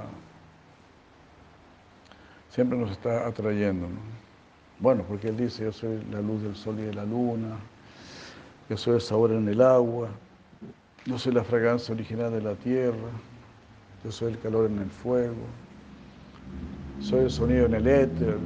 siempre nos está atrayendo, ¿no? Bueno, porque Él dice, yo soy la luz del sol y de la luna, yo soy el sabor en el agua, yo soy la fragancia original de la tierra, yo soy el calor en el fuego, soy el sonido en el éter,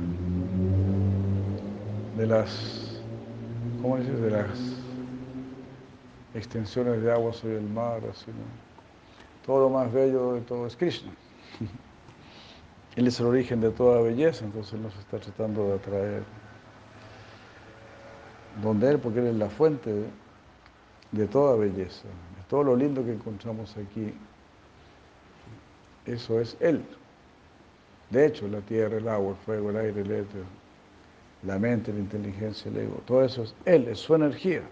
de las, ¿cómo dices? De las extensiones de agua soy el mar, así, ¿no? Todo lo más bello de todo es Krishna. Él es el origen de toda belleza, entonces Él nos está tratando de atraer donde Él, porque Él es la fuente de toda belleza, de todo lo lindo que encontramos aquí. Eso es Él. De hecho, la tierra, el agua, el fuego, el aire, el éter, la mente, la inteligencia, el ego, todo eso es Él, es su energía.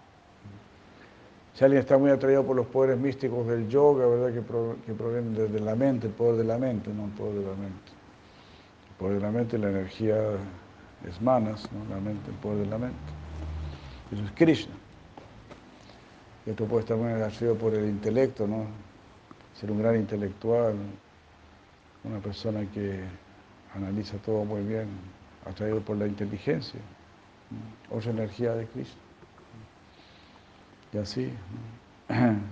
Si alguien está muy atraído por los poderes místicos del yoga, ¿verdad? Que provienen desde la mente, el poder de la mente, no el poder de la mente. El poder de la mente, la energía es manas, ¿no? La mente, el poder de la mente. Eso es Krishna. Y esto puede estar muy atraído por el intelecto, ¿no? Ser un gran intelectual, una persona que analiza todo muy bien, atraído por la inteligencia, otra energía de Krishna. Y así, ¿no?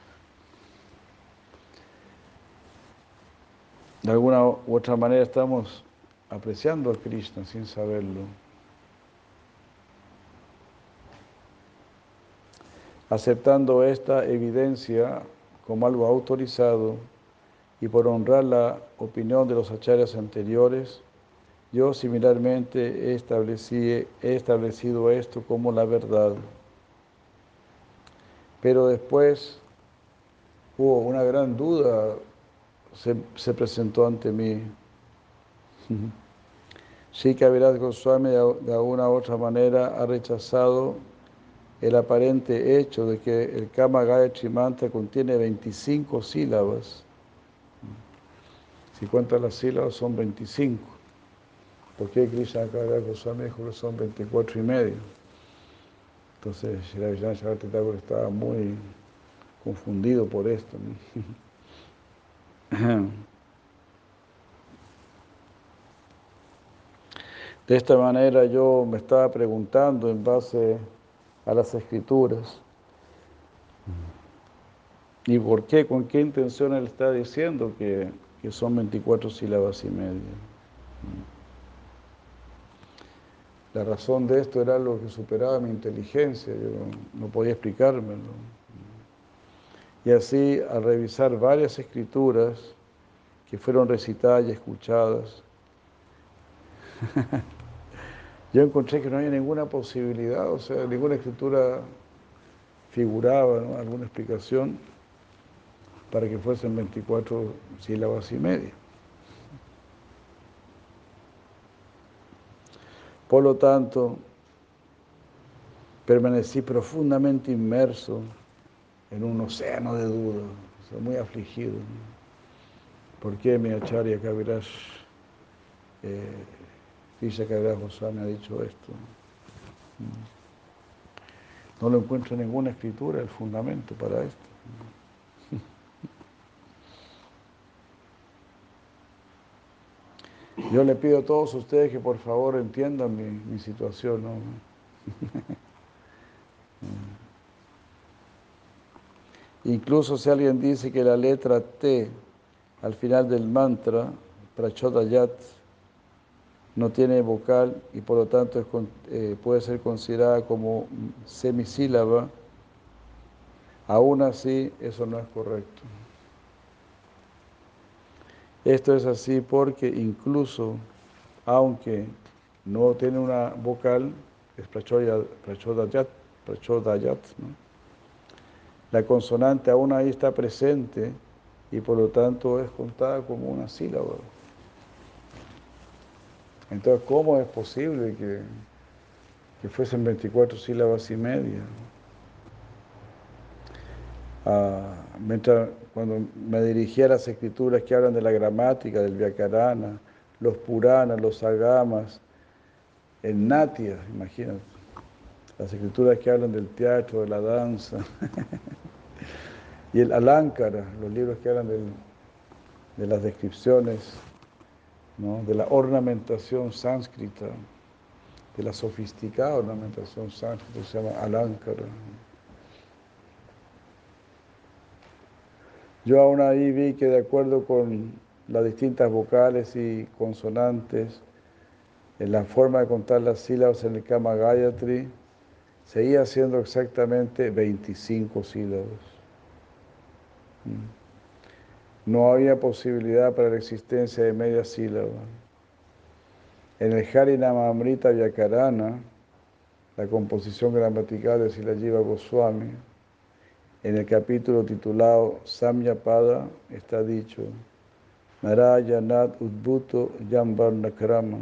De alguna u otra manera estamos apreciando a Krishna sin saberlo, aceptando esta evidencia como algo autorizado y por honrar la opinión de los acharyas anteriores, yo similarmente he establecido esto como la verdad. Pero después hubo una gran duda, se presentó ante mí. Sri Kaviraj Goswami de alguna u otra manera ha rechazado el aparente hecho de que el Kama Gayatri Mantra contiene 25 sílabas. Si cuentas las sílabas son 25. ¿Por qué Krishna Kaviraj Goswami dijo que son 24 y medio? Entonces Shri Vishwanath Thakur estaba muy confundido por esto, ¿no? De esta manera yo me estaba preguntando en base a las escrituras, ¿y por qué? ¿Con qué intención él está diciendo que son 24 sílabas y media? La razón de esto era algo que superaba mi inteligencia, yo no podía explicármelo. Y así, al revisar varias escrituras que fueron recitadas y escuchadas, yo encontré que no había ninguna posibilidad, o sea, ninguna escritura figuraba, ¿no? Alguna explicación para que fuesen 24 sílabas y media. Por lo tanto, permanecí profundamente inmerso en un océano de dudas, o sea, muy afligido, ¿no? ¿Por qué mi Acharya Kaviraj, Krishna Kaviraj Goswami ha dicho esto? No lo encuentro en ninguna escritura, el fundamento para esto. Yo le pido a todos ustedes que por favor entiendan mi situación, ¿no? Incluso si alguien dice que la letra T al final del mantra, Prachodayat, no tiene vocal y por lo tanto puede ser considerada como semisílaba, aún así eso no es correcto. Esto es así porque incluso, aunque no tiene una vocal, es Prachodayat, ¿no? La consonante aún ahí está presente y por lo tanto es contada como una sílaba. Entonces, ¿cómo es posible que fuesen 24 sílabas y media? Cuando me dirigí a las escrituras que hablan de la gramática, del Vyakarana, los Puranas, los Agamas, el Natya, imagínate, las escrituras que hablan del teatro, de la danza, Y el Alankara, los libros que hablan de las descripciones, ¿no? De la ornamentación sánscrita, de la sofisticada ornamentación sánscrita, se llama Alankara. Yo aún ahí vi que de acuerdo con las distintas vocales y consonantes, en la forma de contar las sílabas en el Kama Gayatri, seguía siendo exactamente 25 sílabas. No había posibilidad para la existencia de media sílaba. En el Harinamamrita Vyakarana, la composición gramatical de Srila Jiva Goswami, en el capítulo titulado Samyapada está dicho Narayanat Udbhuto Yamvarnakrama,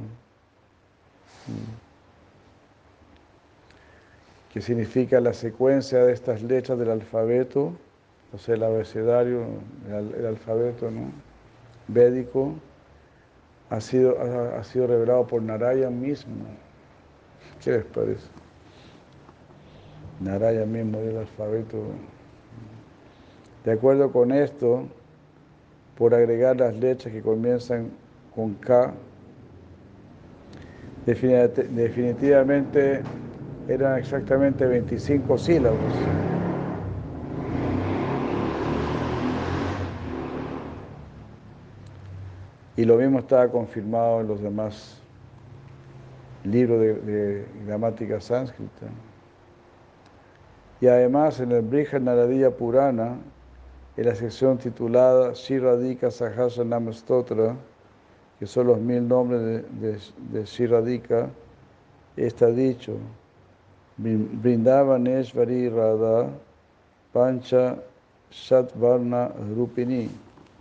que significa la secuencia de estas letras del alfabeto, o sea, el abecedario, el alfabeto, ¿no? Védico, ha sido revelado por Narayan mismo. ¿Qué les parece? Narayan mismo del alfabeto. De acuerdo con esto, por agregar las letras que comienzan con K, definitivamente eran exactamente 25 sílabas. Y lo mismo estaba confirmado en los demás libros de gramática sánscrita. Y además en el Brihad Naradiya Purana, en la sección titulada Sri Radhika Sahasranama Stotra, que son los 1000 nombres de Sri Radhika, está dicho, Vrindavaneshvari Radha Pancha Shatvarna Rupini.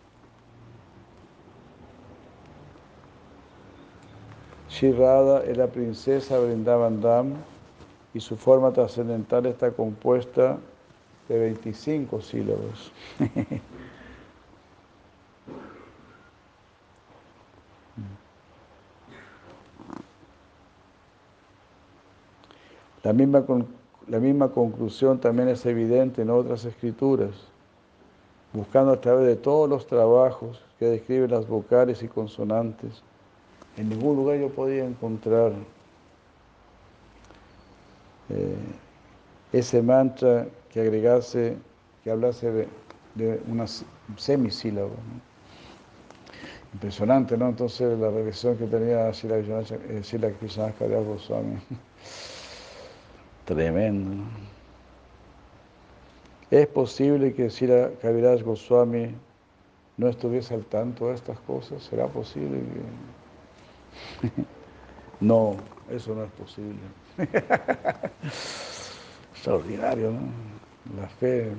Sri Radha es la princesa Vrindavan Dham y su forma trascendental está compuesta de 25 sílabas. La misma conclusión también es evidente en otras escrituras, buscando a través de todos los trabajos que describen las vocales y consonantes. En ningún lugar yo podía encontrar ese mantra que agregase, que hablase de una semisílaba, ¿no? Impresionante, ¿no? Entonces la revisión que tenía Srila Krishna Kaviraj Goswami. Tremendo, ¿no? ¿Es posible que Srila Kaviraj Goswami no estuviese al tanto de estas cosas? ¿Será posible que...? No, eso no es posible. Extraordinario, ¿no? La fe,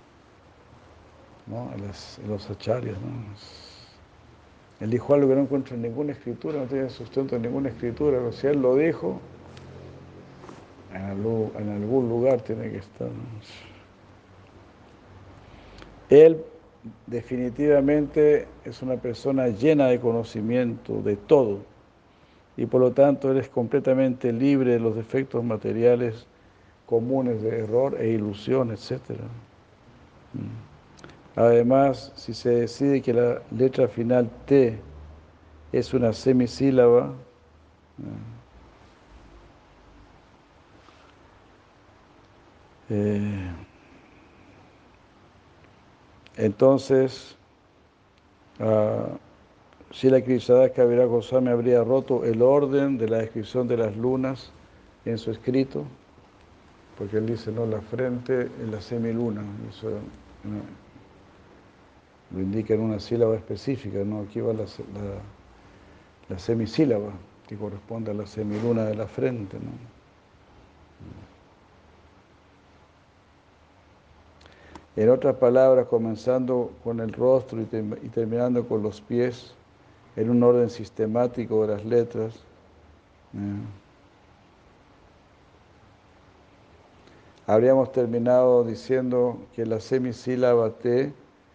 ¿no? En los acharyas, ¿no? Él dijo algo que no encuentra en ninguna escritura, no tiene sustento en ninguna escritura, pero si él lo dijo, en algún lugar tiene que estar, ¿no? Él definitivamente es una persona llena de conocimiento de todo y por lo tanto él es completamente libre de los defectos materiales comunes de error e ilusión, etc. Además, si se decide que la letra final T es una semisílaba, entonces Srila Krishnadas Kaviraj Goswami habría roto el orden de la descripción de las lunas en su escrito, porque él dice, no, la frente es la semiluna, eso lo indica en una sílaba específica, ¿no? Aquí va la semisílaba, que corresponde a la semiluna de la frente, ¿no? En otras palabras, comenzando con el rostro y terminando con los pies, en un orden sistemático de las letras, habríamos terminado diciendo que la semisílaba T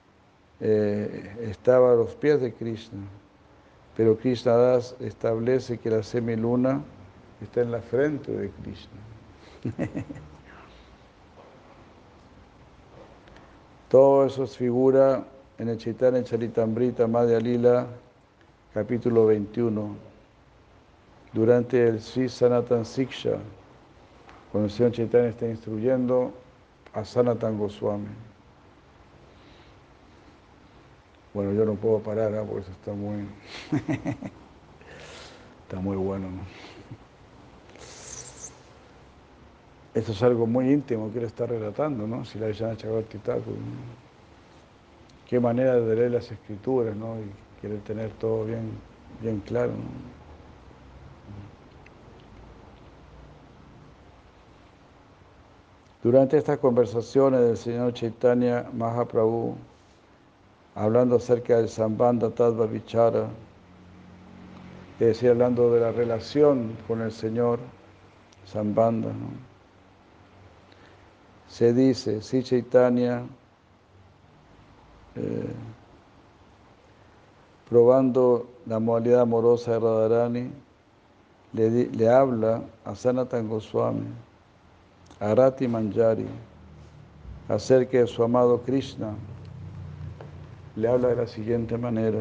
estaba a los pies de Krishna, pero Krishnadas establece que la semiluna está en la frente de Krishna. Todo eso es figura en el Chaitanya Charitamrita Madhya Lila, capítulo 21, durante el Sri Sanatan Siksha, cuando el Señor Chaitanya está instruyendo a Sanatan Goswami. Bueno, yo no puedo parar, porque eso está muy, está muy bueno, ¿no? Esto es algo muy íntimo que él está relatando, ¿no? Si la Vijnana Chakravarti Thakur, ¿no? Qué manera de leer las escrituras, ¿no? Y querer tener todo bien, bien claro, ¿no? Durante estas conversaciones del señor Chaitanya Mahaprabhu, hablando acerca del Sambandha Tattva Vichara, es decir, hablando de la relación con el Señor, Sambandha, ¿no? Se dice, si Chaitanya, probando la modalidad amorosa de Radharani, le habla a Sanatan Goswami, a Rati Manjari, acerca de su amado Krishna. Le habla de la siguiente manera.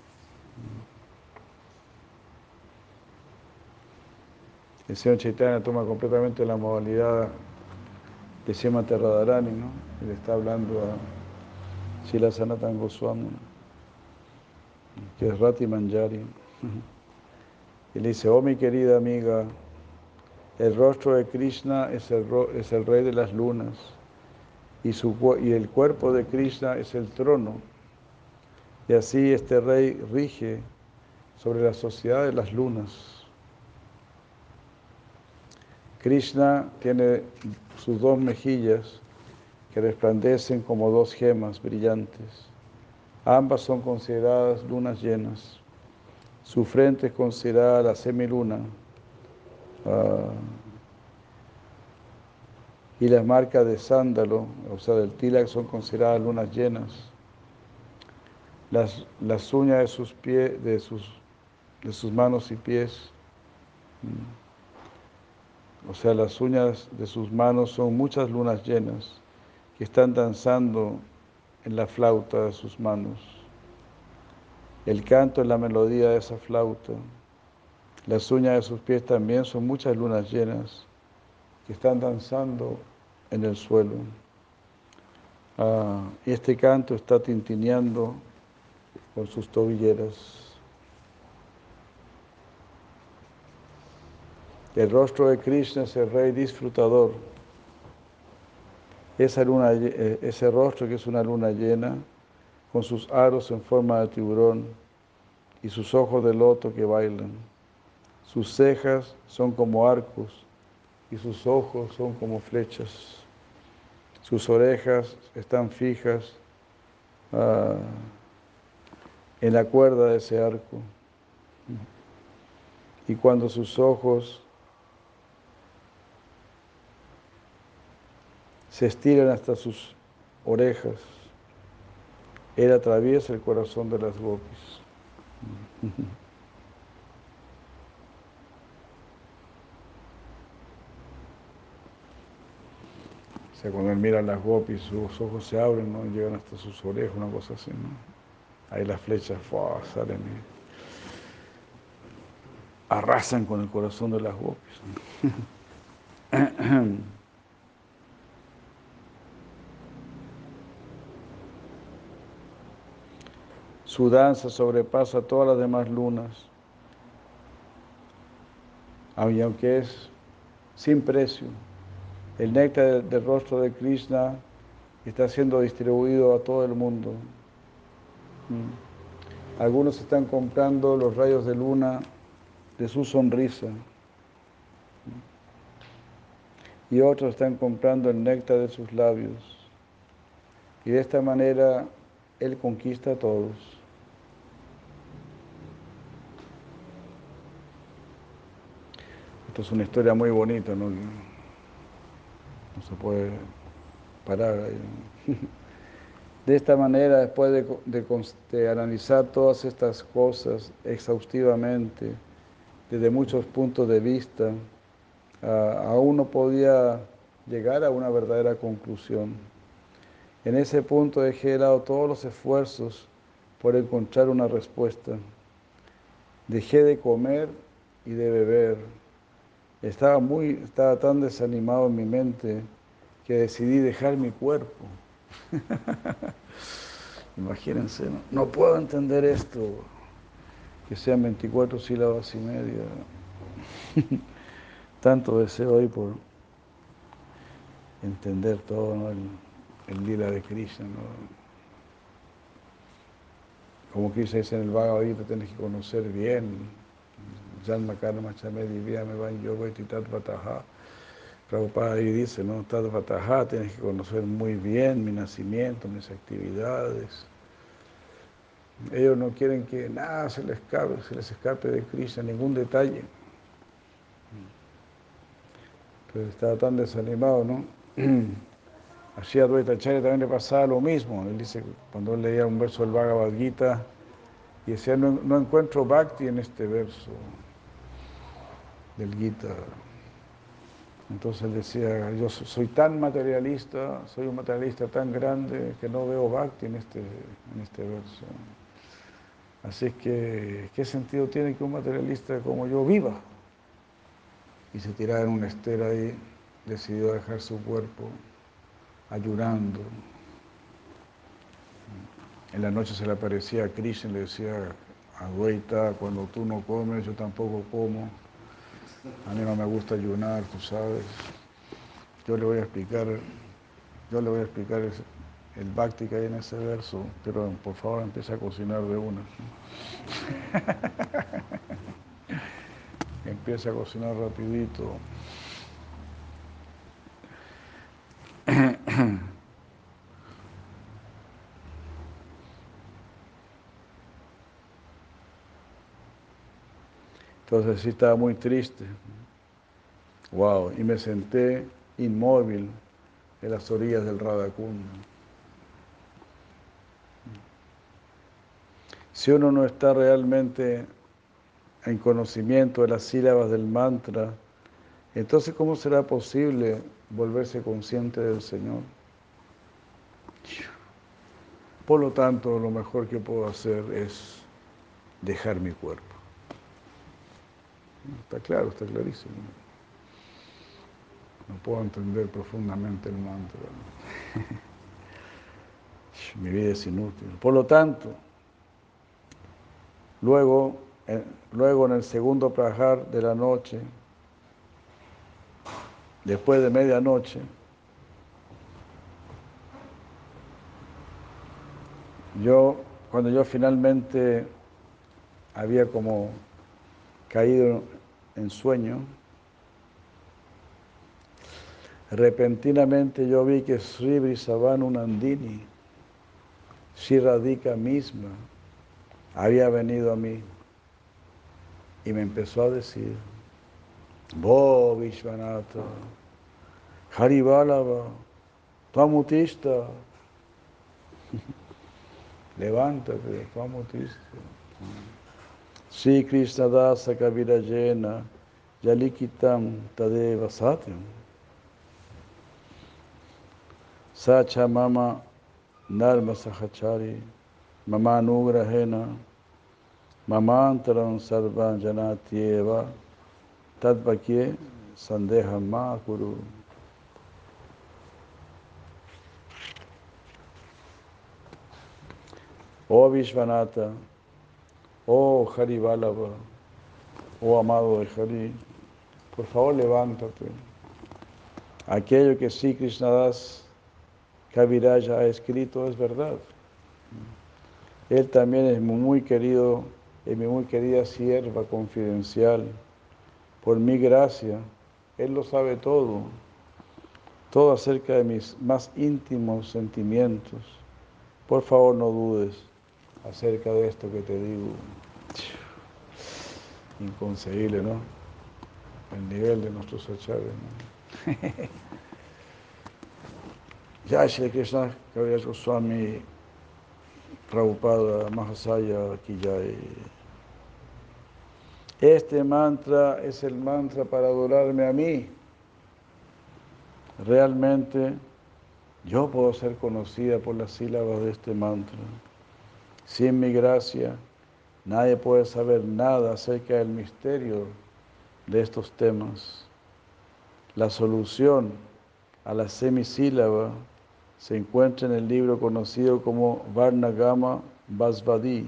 El señor Chaitanya toma completamente la modalidad de Srimati Radharani, ¿no? Y le está hablando a Srila Sanatan Goswami, que es Rati Manjari. Y le dice, oh mi querida amiga, el rostro de Krishna es el rey de las lunas y el cuerpo de Krishna es el trono. Y así este rey rige sobre la sociedad de las lunas. Krishna tiene sus dos mejillas que resplandecen como dos gemas brillantes. Ambas son consideradas lunas llenas. Su frente es considerada la semiluna. Y las marcas de sándalo, o sea, del tilak, son consideradas lunas llenas. Las uñas de sus pies, de sus manos y pies, o sea, las uñas de sus manos son muchas lunas llenas que están danzando en la flauta de sus manos. El canto es la melodía de esa flauta. Las uñas de sus pies también son muchas lunas llenas que están danzando en el suelo. Y este canto está tintineando con sus tobilleras. El rostro de Krishna es el rey disfrutador. Ese rostro que es una luna llena, con sus aros en forma de tiburón y sus ojos de loto que bailan. Sus cejas son como arcos y sus ojos son como flechas. Sus orejas están fijas en la cuerda de ese arco. Y cuando sus ojos se estiran hasta sus orejas, él atraviesa el corazón de las gopis. O sea, cuando él mira a las gopis, sus ojos se abren, ¿no? Y llegan hasta sus orejas, una cosa así, ¿no? Ahí las flechas salen y arrasan con el corazón de las gopis. Su danza sobrepasa todas las demás lunas, aunque es sin precio. El néctar del rostro de Krishna está siendo distribuido a todo el mundo. Algunos están comprando los rayos de luna de su sonrisa y otros están comprando el néctar de sus labios. Y de esta manera Él conquista a todos. Esto es una historia muy bonita, ¿no? No se puede parar ahí, ¿no? De esta manera, después de analizar todas estas cosas exhaustivamente, desde muchos puntos de vista, aún no podía llegar a una verdadera conclusión. En ese punto dejé de lado todos los esfuerzos por encontrar una respuesta. Dejé de comer y de beber. Estaba tan desanimado en mi mente que decidí dejar mi cuerpo. Imagínense, no puedo entender esto, que sean 24 sílabas y media. Tanto deseo hoy por entender todo, ¿no? El lila de Krishna, ¿no? Como Krishna dice en el Bhagavad Gita, tienes que conocer bien. Janma karma chame divyame van yoga iti tatvataha. Prabhupada ahí dice, ¿no? Tatvataha, tienes que conocer muy bien mi nacimiento, mis actividades. Ellos no quieren que nada se les escape de Krishna, ningún detalle. Entonces estaba tan desanimado, ¿no? Así a Advaita Acharya también le pasaba lo mismo. Él dice, cuando él leía un verso del Bhagavad Gita, y decía, no encuentro bhakti en este verso del Gita. Entonces él decía, yo soy tan materialista, soy un materialista tan grande que no veo bhakti en este verso. Así es que, ¿qué sentido tiene que un materialista como yo viva? Y se tiraba en una estera ahí, decidió dejar su cuerpo, ayunando. En la noche se le aparecía a Krishna y le decía, Advaita, cuando tú no comes, yo tampoco como. A mí no me gusta ayunar, tú sabes. Yo le voy a explicar el bhakti que hay en ese verso, pero por favor empieza a cocinar de una. Empieza a cocinar rapidito. Entonces sí estaba muy triste. Wow, y me senté inmóvil en las orillas del Radhakunda. Si uno no está realmente en conocimiento de las sílabas del mantra, entonces ¿cómo será posible volverse consciente del Señor? Por lo tanto, lo mejor que puedo hacer es dejar mi cuerpo. Está claro, está clarísimo. No puedo entender profundamente el mantra. Mi vida es inútil. Por lo tanto, luego en el segundo prajar de la noche, después de medianoche, cuando yo finalmente había como caído en sueño, repentinamente yo vi que Sri Vrisabhanu Nandini, Sri Radhika misma, había venido a mí y me empezó a decir, Bo Vishvanatha, Harivalava, Tvamutista, levántate, Tvamutista. Sri Krishna Dasa Kavirajena, Yalikitam Tadeva Satyam. Sacha Mama Narma Sahachari, Mama Anugrahena, Mamantaram Sarvan Janatieva, Tadvakye Sandeha Mahakuru. Oh Vishvanatha, oh Harivalava, oh amado de Hari, por favor levántate. Aquello que Sri Krishnadas Kaviraj ha escrito es verdad. Él también es muy querido, es mi muy querida sierva confidencial. Por mi gracia, Él lo sabe todo, todo acerca de mis más íntimos sentimientos. Por favor, no dudes acerca de esto que te digo. Inconcebible, ¿no? El nivel de nuestros acharyas, ¿no? Jai Shri Krishna Kaviraj Goswami Prabhupada Mahasaya Ki Jai. Este mantra es el mantra para adorarme a mí. Realmente Yo puedo ser conocida por las sílabas de este mantra. Sin mi gracia, nadie puede saber nada acerca del misterio de estos temas. La solución a la semisílaba se encuentra en el libro conocido como Varnagama Vasvadi.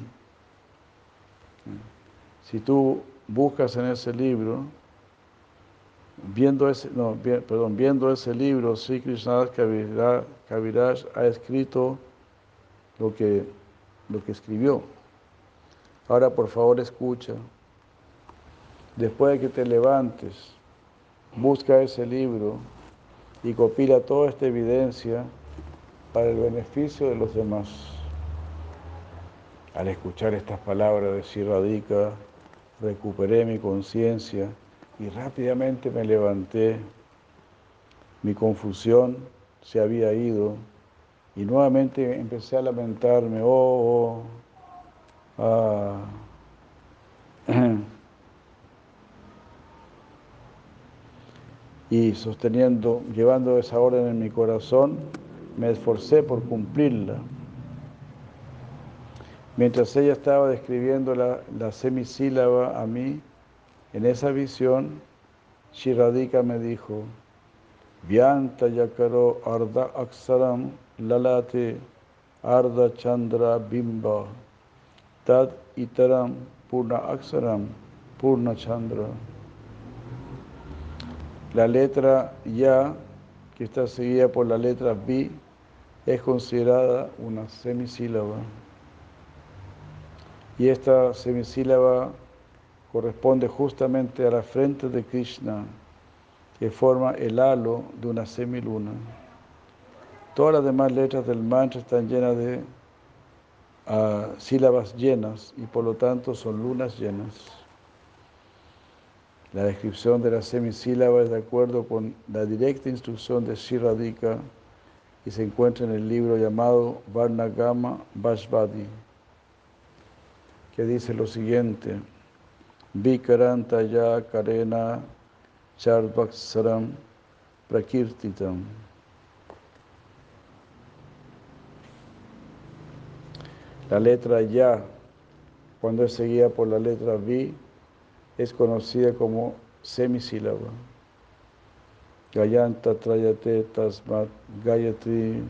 Si tú buscas en ese libro, viendo ese libro, Sri Krishna Kaviraj ha escrito lo que escribió. Ahora, por favor, escucha. Después de que te levantes, busca ese libro y copila toda esta evidencia para el beneficio de los demás. Al escuchar estas palabras de Sri Radhika, recuperé mi conciencia y rápidamente me levanté. Mi confusión se había ido y nuevamente empecé a lamentarme. Ah. Y llevando esa orden en mi corazón, me esforcé por cumplirla. Mientras ella estaba describiendo la semisílaba a mí, en esa visión, Sri Radhika me dijo, Vyanta yakaro arda aksaram lalate arda chandra bimba tad itaram purna aksaram purna chandra. La letra Ya, que está seguida por la letra Vi, es considerada una semisílaba. Y esta semisílaba corresponde justamente a la frente de Krishna, que forma el halo de una semiluna. Todas las demás letras del mantra están llenas de sílabas llenas y por lo tanto son lunas llenas. La descripción de la semisílaba es de acuerdo con la directa instrucción de Sri Radhika y se encuentra en el libro llamado Varnagama Vasvadi, que dice lo siguiente: Vikaranta ya karena charvaksaram prakirtitam. La letra Ya, cuando es seguida por la letra Vi, es conocida como semisílaba. Gayanta trayate tasmat gayatri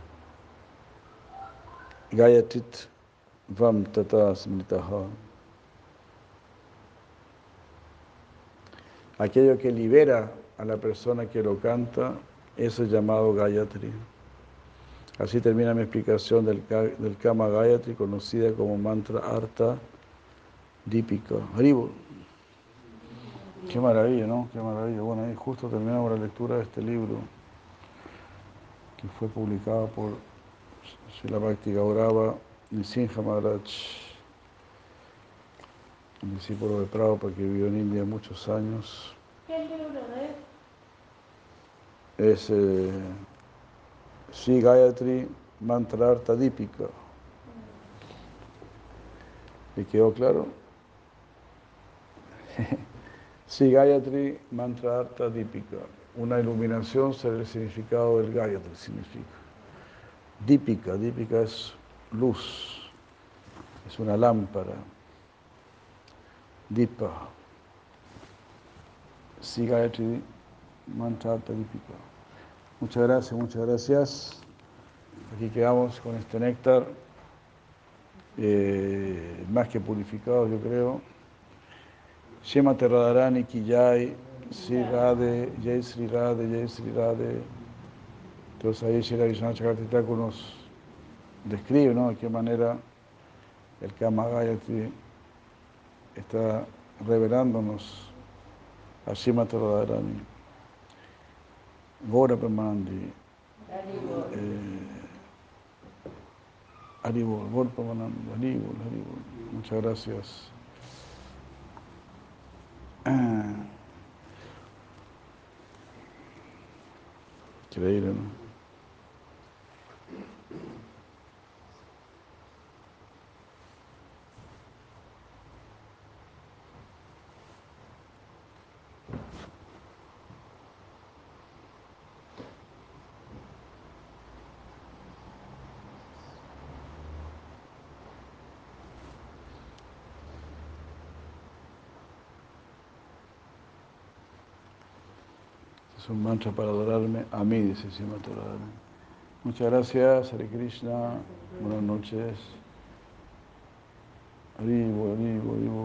gayatit vam tata smritaha. Aquello que libera a la persona que lo canta, eso es llamado Gayatri. Así termina mi explicación del Kama Gayatri, conocida como mantra Artha Dípica. Haribol. Qué maravilla, ¿no? Qué maravilla. Bueno, ahí justo terminamos la lectura de este libro, que fue publicado por Srila Bhakti Gaurava Nrsimha Maharaj, un discípulo de Prabhupada que vivió en India muchos años. ¿Qué libro Es Sri Gayatri Mantra Artha Dípica. ¿Le quedó claro? Sri Gayatri Mantra Artha Dípica. Una iluminación sobre el significado del Gayatri significa. Dípica, dípica es luz, es una lámpara. Dipa. Sri Gayatri Mantra Artha Dípica. Muchas gracias, muchas gracias. Aquí quedamos con este néctar, más que purificado, yo creo. Shrimati Radharani ki jai, Sri Radhe, Jai Sri Radhe, Jai Sri Radhe. Entonces ahí Sri Krishna Chakravarti Thakur nos describe, ¿no?, de qué manera el Kama Gayatri está revelándonos a Shrimati Radharani. Gora Premanandi. Haribol, Gora Premanandi, Haribol, Haribol. Muchas gracias. Increíble, ¿no? Es un mantra para adorarme a mí, dice Srimati Radharani. Muchas gracias, Hare Krishna. Buenas noches. Haribo, haribo, haribo.